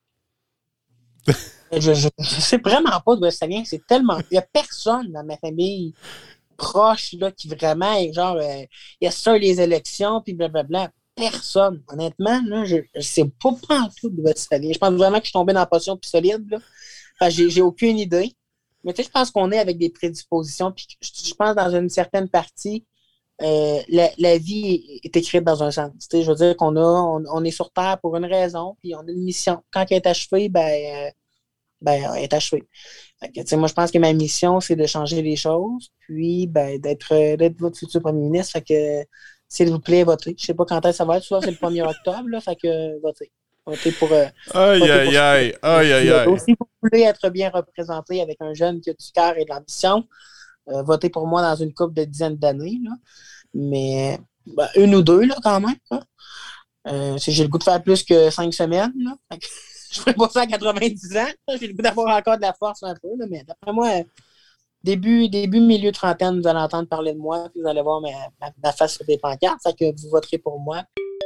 S1: Je sais vraiment pas d'où ça vient. C'est tellement. Il n'y a personne dans ma famille proche là, qui vraiment est genre il y a ça les élections, puis blablabla. Personne. Honnêtement, là, je sais pas en tout d'où ça vient. Je pense vraiment que je suis tombé dans la potion puis solide. Là. Enfin, j'ai aucune idée. Mais tu sais, je pense qu'on est avec des prédispositions. Puis je pense dans une certaine partie, la vie est écrite dans un sens. Tu sais, je veux dire on est sur Terre pour une raison, puis on a une mission. Quand elle est achevée, elle est achevée. Fait que, moi, je pense que ma mission, c'est de changer les choses, puis d'être votre futur premier ministre. Fait que, s'il vous plaît, votez. Je sais pas quand est-ce que ça va être. Soit c'est le 1er octobre, là, fait que votez. Votez pour.
S2: Aïe.
S1: Si vous voulez être bien représenté avec un jeune qui a du cœur et de l'ambition, votez pour moi dans une couple de dizaines d'années. Là. Mais une ou deux, là, quand même. Là. Si j'ai le goût de faire plus que 5 semaines, là. Je ferais pas ça à 90 ans. J'ai le goût d'avoir encore de la force un peu. Là, mais d'après moi, début, milieu trentaine, vous allez entendre parler de moi. Puis vous allez voir ma face sur des pancartes. Fait que vous voterez pour moi.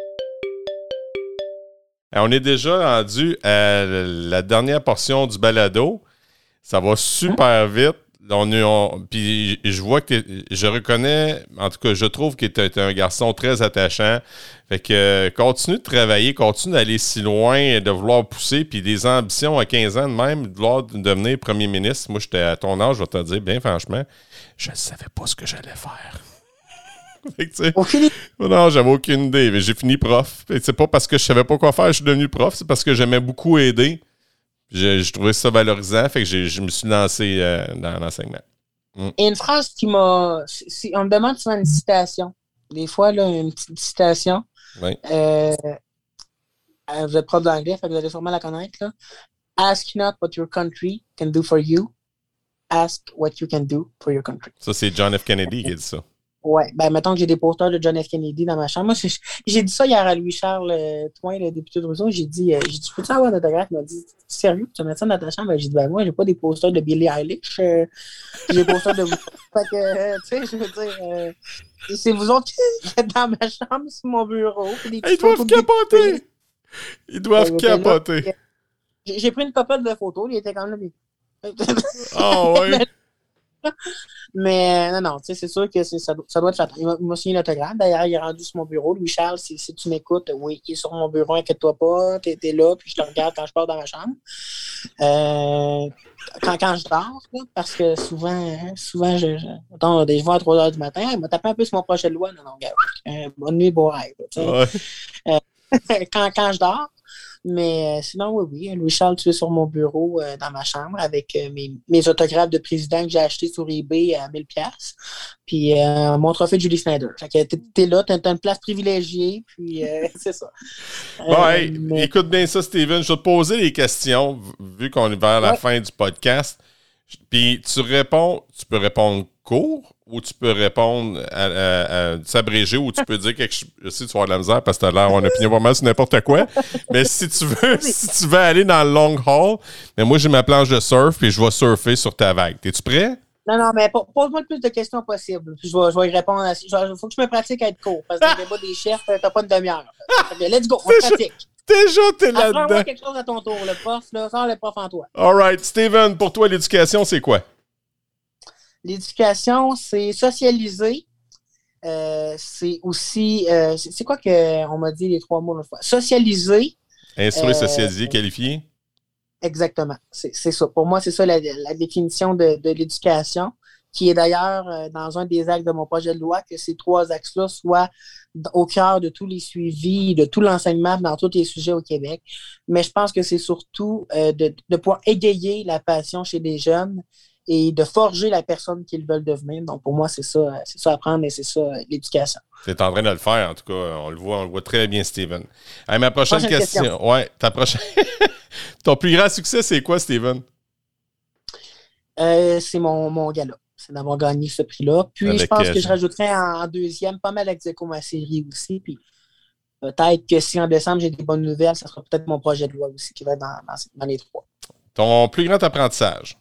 S2: On est déjà rendu à la dernière portion du balado. Ça va super vite. Puis je vois que je reconnais, en tout cas, je trouve que tu es un garçon très attachant. Fait que continue de travailler, continue d'aller si loin, de vouloir pousser, puis des ambitions à 15 ans de même, de vouloir devenir premier ministre. Moi, j'étais à ton âge, je vais te dire, bien franchement, je ne savais pas ce que j'allais faire. Fait que, non, j'avais aucune idée. Mais j'ai fini prof. C'est pas parce que je savais pas quoi faire que je suis devenu prof, c'est parce que j'aimais beaucoup aider. Je trouvais ça valorisant, fait que je me suis lancé dans l'enseignement.
S1: Et une phrase qui m'a... on me demande souvent une citation. Des fois, là, une petite citation.
S2: Oui.
S1: Vous êtes prof d'anglais, fait que vous allez sûrement la connaître. Là. Ask not what your country can do for you. Ask what you can do for your country.
S2: Ça, c'est John F. Kennedy qui a dit ça.
S1: Ouais, mettons que j'ai des posters de John F. Kennedy dans ma chambre. Moi, j'ai dit ça hier à Louis-Charles Toin, le député de Rousseau. J'ai dit, peux-tu avoir un autographe? Il m'a dit, sérieux, tu vas mettre ça dans ta chambre? J'ai dit, moi, j'ai pas des posters de Billie Eilish. J'ai des posters de vous. Fait que, tu sais, je veux dire, c'est vous autres qui êtes dans ma chambre, sur mon bureau.
S2: Ils doivent capoter! Ils doivent capoter!
S1: J'ai pris une couple de photos, il était quand même là.
S2: Oh, oui!
S1: Mais non, tu sais, c'est sûr que ça doit être fait. Il m'a signé l'autographe. D'ailleurs, il est rendu sur mon bureau. Louis-Charles, si tu m'écoutes, oui, il est sur mon bureau, inquiète-toi pas. T'es là, puis je te regarde quand je pars dans ma chambre. Quand je dors, là, parce que souvent attends, je vois à 3 heures du matin, il m'a tapé un peu sur mon projet de loi. Non, gars, bonne nuit, beau rêve. Quand je dors. Mais sinon, oui. Louis-Charles, tu es sur mon bureau dans ma chambre avec mes autographes de président que j'ai achetés sur eBay à 1000$. Puis mon trophée de Julie Snyder. Fait que t'es là, t'as une place privilégiée, puis c'est ça.
S2: Bon, écoute bien ça, Steven. Je vais te poser des questions, vu qu'on est vers la fin du podcast. Puis tu peux répondre court ou tu peux répondre s'abréger ou tu peux dire quelque chose. Je sais que tu vas avoir de la misère parce que tu as l'air d'avoir une opinion vraiment sur n'importe quoi. Mais si tu veux aller dans le long haul, mais moi j'ai ma planche de surf et je vais surfer sur ta vague. Es-tu prêt?
S1: Non, mais pose-moi le plus de questions possible. Puis je vais y répondre. Il faut que je me pratique à être court. Parce que le débat des chefs, t'as pas une demi-heure. Let's go, on se pratique.
S2: Déjà, t'es là-dedans.
S1: Apprends-moi quelque chose à ton tour. Le prof, là, sors le prof en toi.
S2: All right. Steven, pour toi, l'éducation, c'est quoi?
S1: L'éducation, c'est socialiser. C'est aussi... c'est quoi qu'on m'a dit les 3 mots l'autre fois? Socialiser.
S2: Instruire, socialiser, qualifier.
S1: Exactement. C'est ça. Pour moi, c'est ça la définition de l'éducation, qui est d'ailleurs dans un des axes de mon projet de loi, que ces 3 axes-là soient au cœur de tous les suivis, de tout l'enseignement dans tous les sujets au Québec. Mais je pense que c'est surtout de pouvoir égayer la passion chez les jeunes et de forger la personne qu'ils veulent devenir. Donc, pour moi, c'est ça apprendre et c'est ça l'éducation.
S2: Tu es en train de le faire, en tout cas. On le voit très bien, Steven. Allez, ma prochaine question. Ouais, ton plus grand succès, c'est quoi, Steven?
S1: C'est mon gala. C'est d'avoir gagné ce prix-là. Puis, je pense que je rajouterais en deuxième pas mal ex-aequo ma série aussi. Puis, peut-être que si en décembre, j'ai des bonnes nouvelles, ça sera peut-être mon projet de loi aussi qui va être dans les 3.
S2: Ton plus grand apprentissage?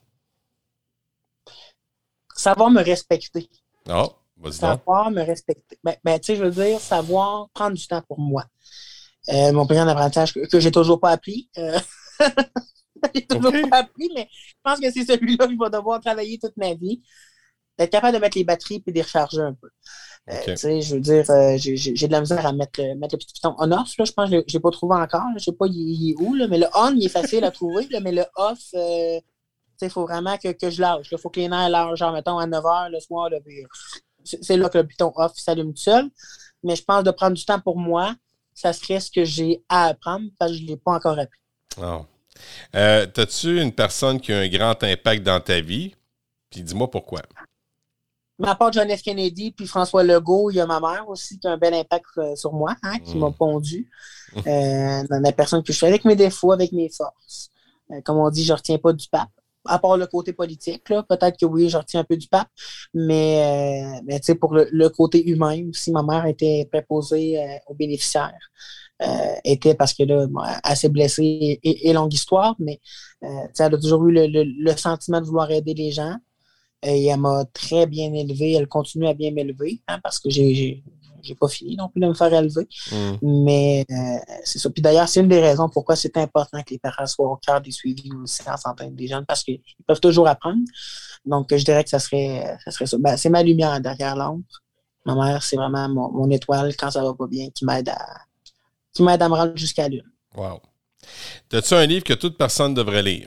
S1: Savoir me respecter.
S2: Oh, vas-y donc.
S1: Savoir me respecter. Ben, tu sais, je veux dire, savoir prendre du temps pour moi. Mon plus grand apprentissage que j'ai toujours pas appris. J'ai toujours pas appris, mais je pense que c'est celui-là que je vais devoir travailler toute ma vie. D'être capable de mettre les batteries et de les recharger un peu. Tu sais, je veux dire, j'ai de la misère à mettre le petit piton on-off. Là, je pense que je l'ai pas trouvé encore. Je sais pas il est où, là, mais le on, il est facile à trouver. Là, mais le off, il faut vraiment que je lâche. Il faut que les nerfs lâchent, genre, mettons, à 9h le soir. Là, c'est là que le piton off s'allume tout seul. Mais je pense de prendre du temps pour moi, ça serait ce que j'ai à apprendre parce que je ne l'ai pas encore appris.
S2: Oh. T'as-tu une personne qui a un grand impact dans ta vie? Puis dis-moi pourquoi.
S1: Mais à part John F. Kennedy puis François Legault, il y a ma mère aussi qui a un bel impact sur moi, qui m'a pondu dans la personne que je suis, avec mes défauts, avec mes forces. Comme on dit, je ne retiens pas du pape. À part le côté politique, là, peut-être que oui, je retiens un peu du pape, mais tu sais, pour le côté humain aussi, ma mère était préposée aux bénéficiaires. Était parce que là, elle s'est blessée et longue histoire, mais elle a toujours eu le sentiment de vouloir aider les gens. Et elle m'a très bien élevé. Elle continue à bien m'élever, parce que j'ai pas fini non plus de me faire élever. Mais c'est ça. Puis d'ailleurs, c'est une des raisons pourquoi c'est important que les parents soient au cœur des suivis aussi en santé des jeunes, parce qu'ils peuvent toujours apprendre. Donc, je dirais que ça serait ça. Ben, c'est ma lumière derrière l'ombre. Ma mère, c'est vraiment mon étoile quand ça va pas bien, qui m'aide à me rendre jusqu'à la lune.
S2: Wow. As-tu un livre que toute personne devrait lire?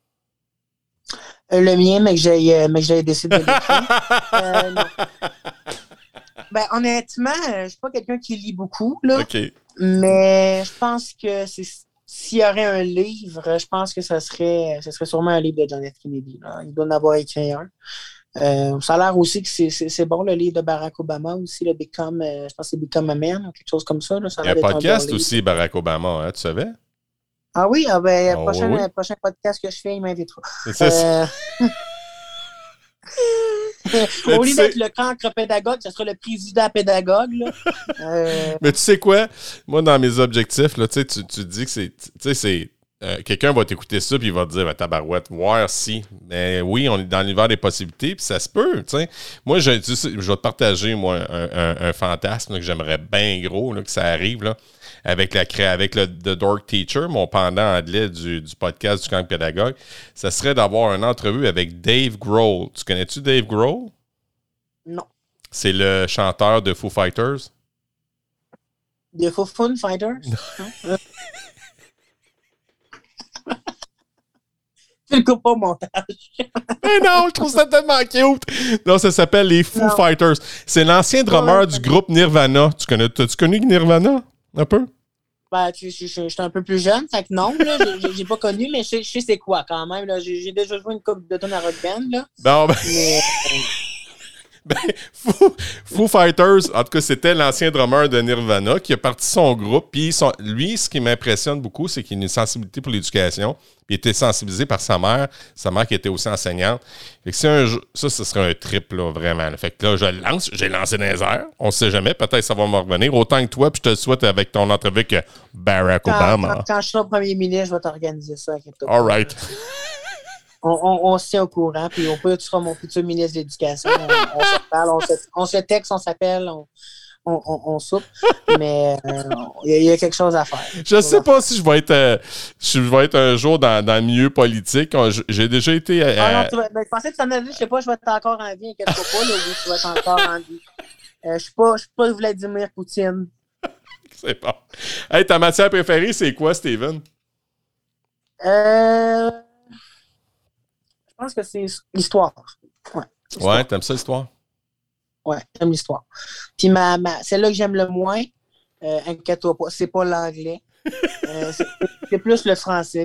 S1: Le mien, mais que j'ai décidé de l'écrire. Non. Ben, honnêtement, je suis pas quelqu'un qui lit beaucoup, là.
S2: Okay.
S1: Mais je pense que s'il y aurait un livre, je pense que ce serait sûrement un livre de John F. Kennedy. Là. Il doit en avoir écrit un. Ça a l'air aussi que c'est bon, le livre de Barack Obama aussi, le Become, je pense que c'est Become a Man ou quelque chose comme ça. Là. Ça
S2: il y a un podcast bon aussi, Barack Obama, hein, tu savais?
S1: Ah oui? Prochain podcast que je fais, il m'invitera.
S2: C'est ça.
S1: Au lieu d'être le cancre pédagogue, ce sera le président pédagogue. Là.
S2: Mais tu sais quoi? Moi, dans mes objectifs, là, tu dis que c'est quelqu'un va t'écouter ça puis il va te dire tabarouette, voir si. Mais oui, on est dans l'univers des possibilités puis ça se peut. T'sais. Moi, je vais te partager moi un fantasme là, que j'aimerais bien gros là, que ça arrive. Là. avec le The Dork Teacher, mon pendant anglais du podcast du Camp Pédagogue, ça serait d'avoir une entrevue avec Dave Grohl. Tu connais-tu Dave Grohl?
S1: Non.
S2: C'est le chanteur de Foo Fighters.
S1: De Foo Fighters? Tu le coupes pas au montage.
S2: Mais non, je trouve ça tellement cute. Non, ça s'appelle les Foo Fighters. C'est l'ancien drummer du groupe Nirvana. T'as-tu connu Nirvana? Un peu?
S1: Ben, je suis un peu plus jeune, fait que non, là, j'ai pas connu, mais je sais c'est quoi quand même. Là. J'ai déjà joué une couple de tonnes à Rock Band. Là.
S2: Non, ben...
S1: Mais,
S2: Ben, Foo Fighters, en tout cas, c'était l'ancien drummer de Nirvana qui a parti son groupe. Puis lui, ce qui m'impressionne beaucoup, c'est qu'il a une sensibilité pour l'éducation. Puis il était sensibilisé par sa mère qui était aussi enseignante. Fait que ça serait un trip, là, vraiment. Là. Fait que là, j'ai lancé dans les airs. On ne sait jamais, peut-être ça va me revenir. Autant que toi, puis je te le souhaite avec ton entrevue avec Barack Obama.
S1: Quand je serai premier ministre, je vais t'organiser ça.
S2: All right.
S1: On se tient au courant, puis au pire, tu seras mon futur ministre de l'Éducation. On se parle, on se texte, on s'appelle, on soupe, mais il y a quelque chose à faire.
S2: Je sais pas si je vais être un jour dans le milieu politique. J'ai déjà été...
S1: je pensais que tu en avais vu, je sais pas, je vais être encore en vie, inquiète-toi pas, là, oui, tu vas être encore en vie. Je suis pas Vladimir Poutine.
S2: C'est bon. Hey, ta matière préférée, c'est quoi, Steven?
S1: Je pense que c'est l'histoire.
S2: Ouais, t'aimes ça, l'histoire?
S1: Ouais, j'aime l'histoire. Puis celle-là que j'aime le moins, inquiète-toi pas, c'est pas l'anglais. C'est plus le français.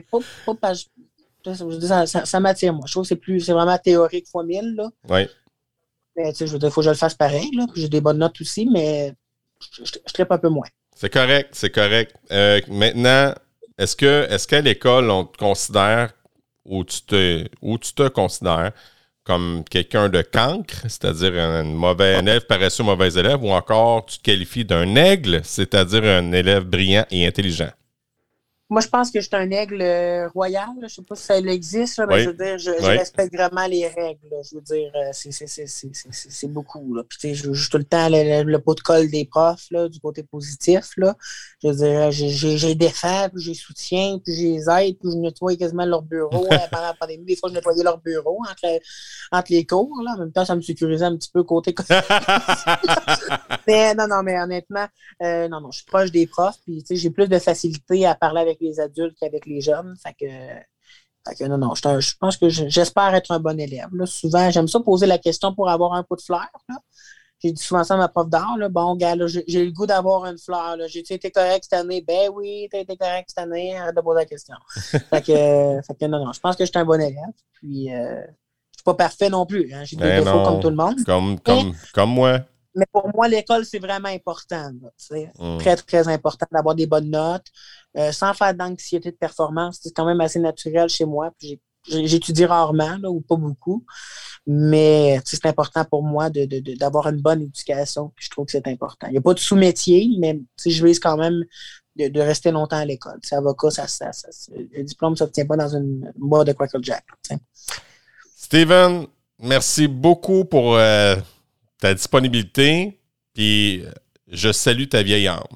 S1: Ça m'attire, moi. Je trouve que c'est vraiment théorique fois 1000, là.
S2: Oui.
S1: Mais tu sais, je veux dire, il faut que je le fasse pareil, là. Puis j'ai des bonnes notes aussi, mais je trippe un peu moins.
S2: C'est correct. Maintenant, est-ce qu'à l'école, on te considère où tu te considères comme quelqu'un de cancre, c'est-à-dire un mauvais élève, paresseux, mauvais élève, ou encore tu te qualifies d'un aigle, c'est-à-dire un élève brillant et intelligent?
S1: Moi, je pense que je suis un aigle royal. Je ne sais pas si ça existe, là, mais
S2: oui.
S1: je veux dire, je respecte vraiment les règles. Là. Je veux dire, c'est beaucoup. Là. Puis, je joue tout le temps le pot de colle des profs, là, du côté positif. Là. Je veux dire, j'ai défait, puis j'ai soutien, puis j'ai les aide, puis je nettoie quasiment leur bureau. Pendant la pandémie, des fois, je nettoyais leur bureau entre les cours. Là. En même temps, ça me sécurisait un petit peu côté mais mais honnêtement, non, je suis proche des profs, puis j'ai plus de facilité à parler avec les adultes qu'avec les jeunes. Fait que non, je pense que j'espère être un bon élève. Là. Souvent, j'aime ça poser la question pour avoir un pot de fleurs. Là. J'ai dit souvent ça à ma prof d'art. Là. Bon, gars, là, j'ai le goût d'avoir une fleur. Là. J'ai-tu été correct cette année? Ben oui, t'as été correct cette année. Arrête de poser la question. fait que non, je pense que je suis un bon élève. Puis, je suis pas parfait non plus. Hein. J'ai des défauts comme tout le monde.
S2: Comme moi.
S1: Mais pour moi, l'école, c'est vraiment important. C'est très, très important d'avoir des bonnes notes, sans faire d'anxiété de performance. C'est quand même assez naturel chez moi. Puis j'étudie rarement, là, ou pas beaucoup. Mais c'est important pour moi d'avoir une bonne éducation. Puis je trouve que c'est important. Il n'y a pas de sous-métier, mais je vise quand même de rester longtemps à l'école. C'est avocat, le diplôme ne s'obtient pas dans une boîte de Cracker Jack. T'sais.
S2: Steven, merci beaucoup pour ta disponibilité, puis je salue ta vieille âme.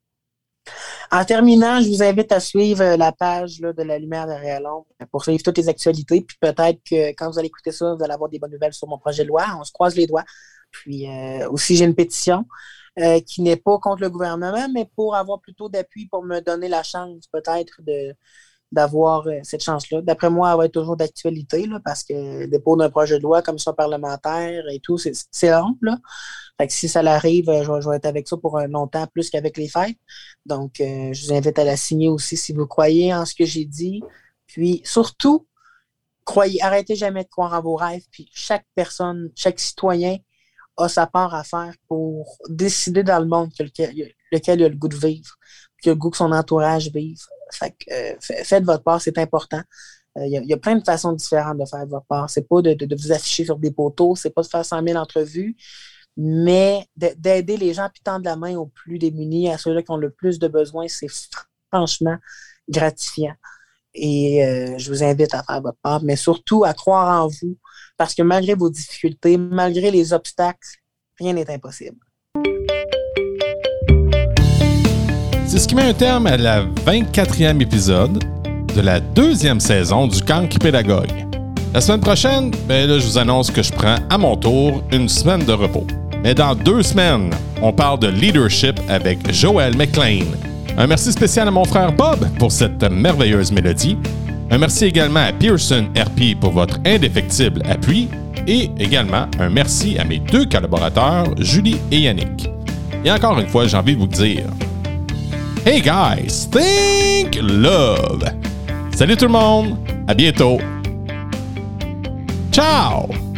S1: En terminant, je vous invite à suivre la page là, de La Lumière derrière l'ombre pour suivre toutes les actualités. Puis peut-être que quand vous allez écouter ça, vous allez avoir des bonnes nouvelles sur mon projet de loi. On se croise les doigts. Puis aussi, j'ai une pétition qui n'est pas contre le gouvernement, mais pour avoir plutôt d'appui pour me donner la chance peut-être d'avoir cette chance-là. D'après moi, elle va être toujours d'actualité là, parce que le dépôt d'un projet de loi, commission parlementaire et tout, c'est long. Là. Fait que si ça l'arrive, je vais être avec ça pour un longtemps plus qu'avec les fêtes. Donc, je vous invite à la signer aussi si vous croyez en ce que j'ai dit. Puis, surtout, arrêtez jamais de croire en vos rêves. Puis, chaque personne, chaque citoyen a sa part à faire pour décider dans le monde lequel il a le goût de vivre, qu'il a le goût que son entourage vive. Fait que, faites votre part, c'est important. Il y a plein de façons différentes de faire votre part. C'est pas de vous afficher sur des poteaux, c'est pas de faire 100 000 entrevues, mais d'aider les gens puis tendre la main aux plus démunis, à ceux-là qui ont le plus de besoins, c'est franchement gratifiant. Et je vous invite à faire votre part, mais surtout à croire en vous, parce que malgré vos difficultés, malgré les obstacles, rien n'est impossible.
S2: C'est ce qui met un terme à la 24e épisode de la 2e saison du Cancre Pédagogue. La semaine prochaine, je vous annonce que je prends à mon tour une semaine de repos. Mais dans 2 semaines, on parle de leadership avec Joel McLean. Un merci spécial à mon frère Bob pour cette merveilleuse mélodie. Un merci également à Pearson RP pour votre indéfectible appui. Et également un merci à mes 2 collaborateurs, Julie et Yannick. Et encore une fois, j'ai envie de vous dire... Hey guys, think love! Salut tout le monde, à bientôt! Ciao!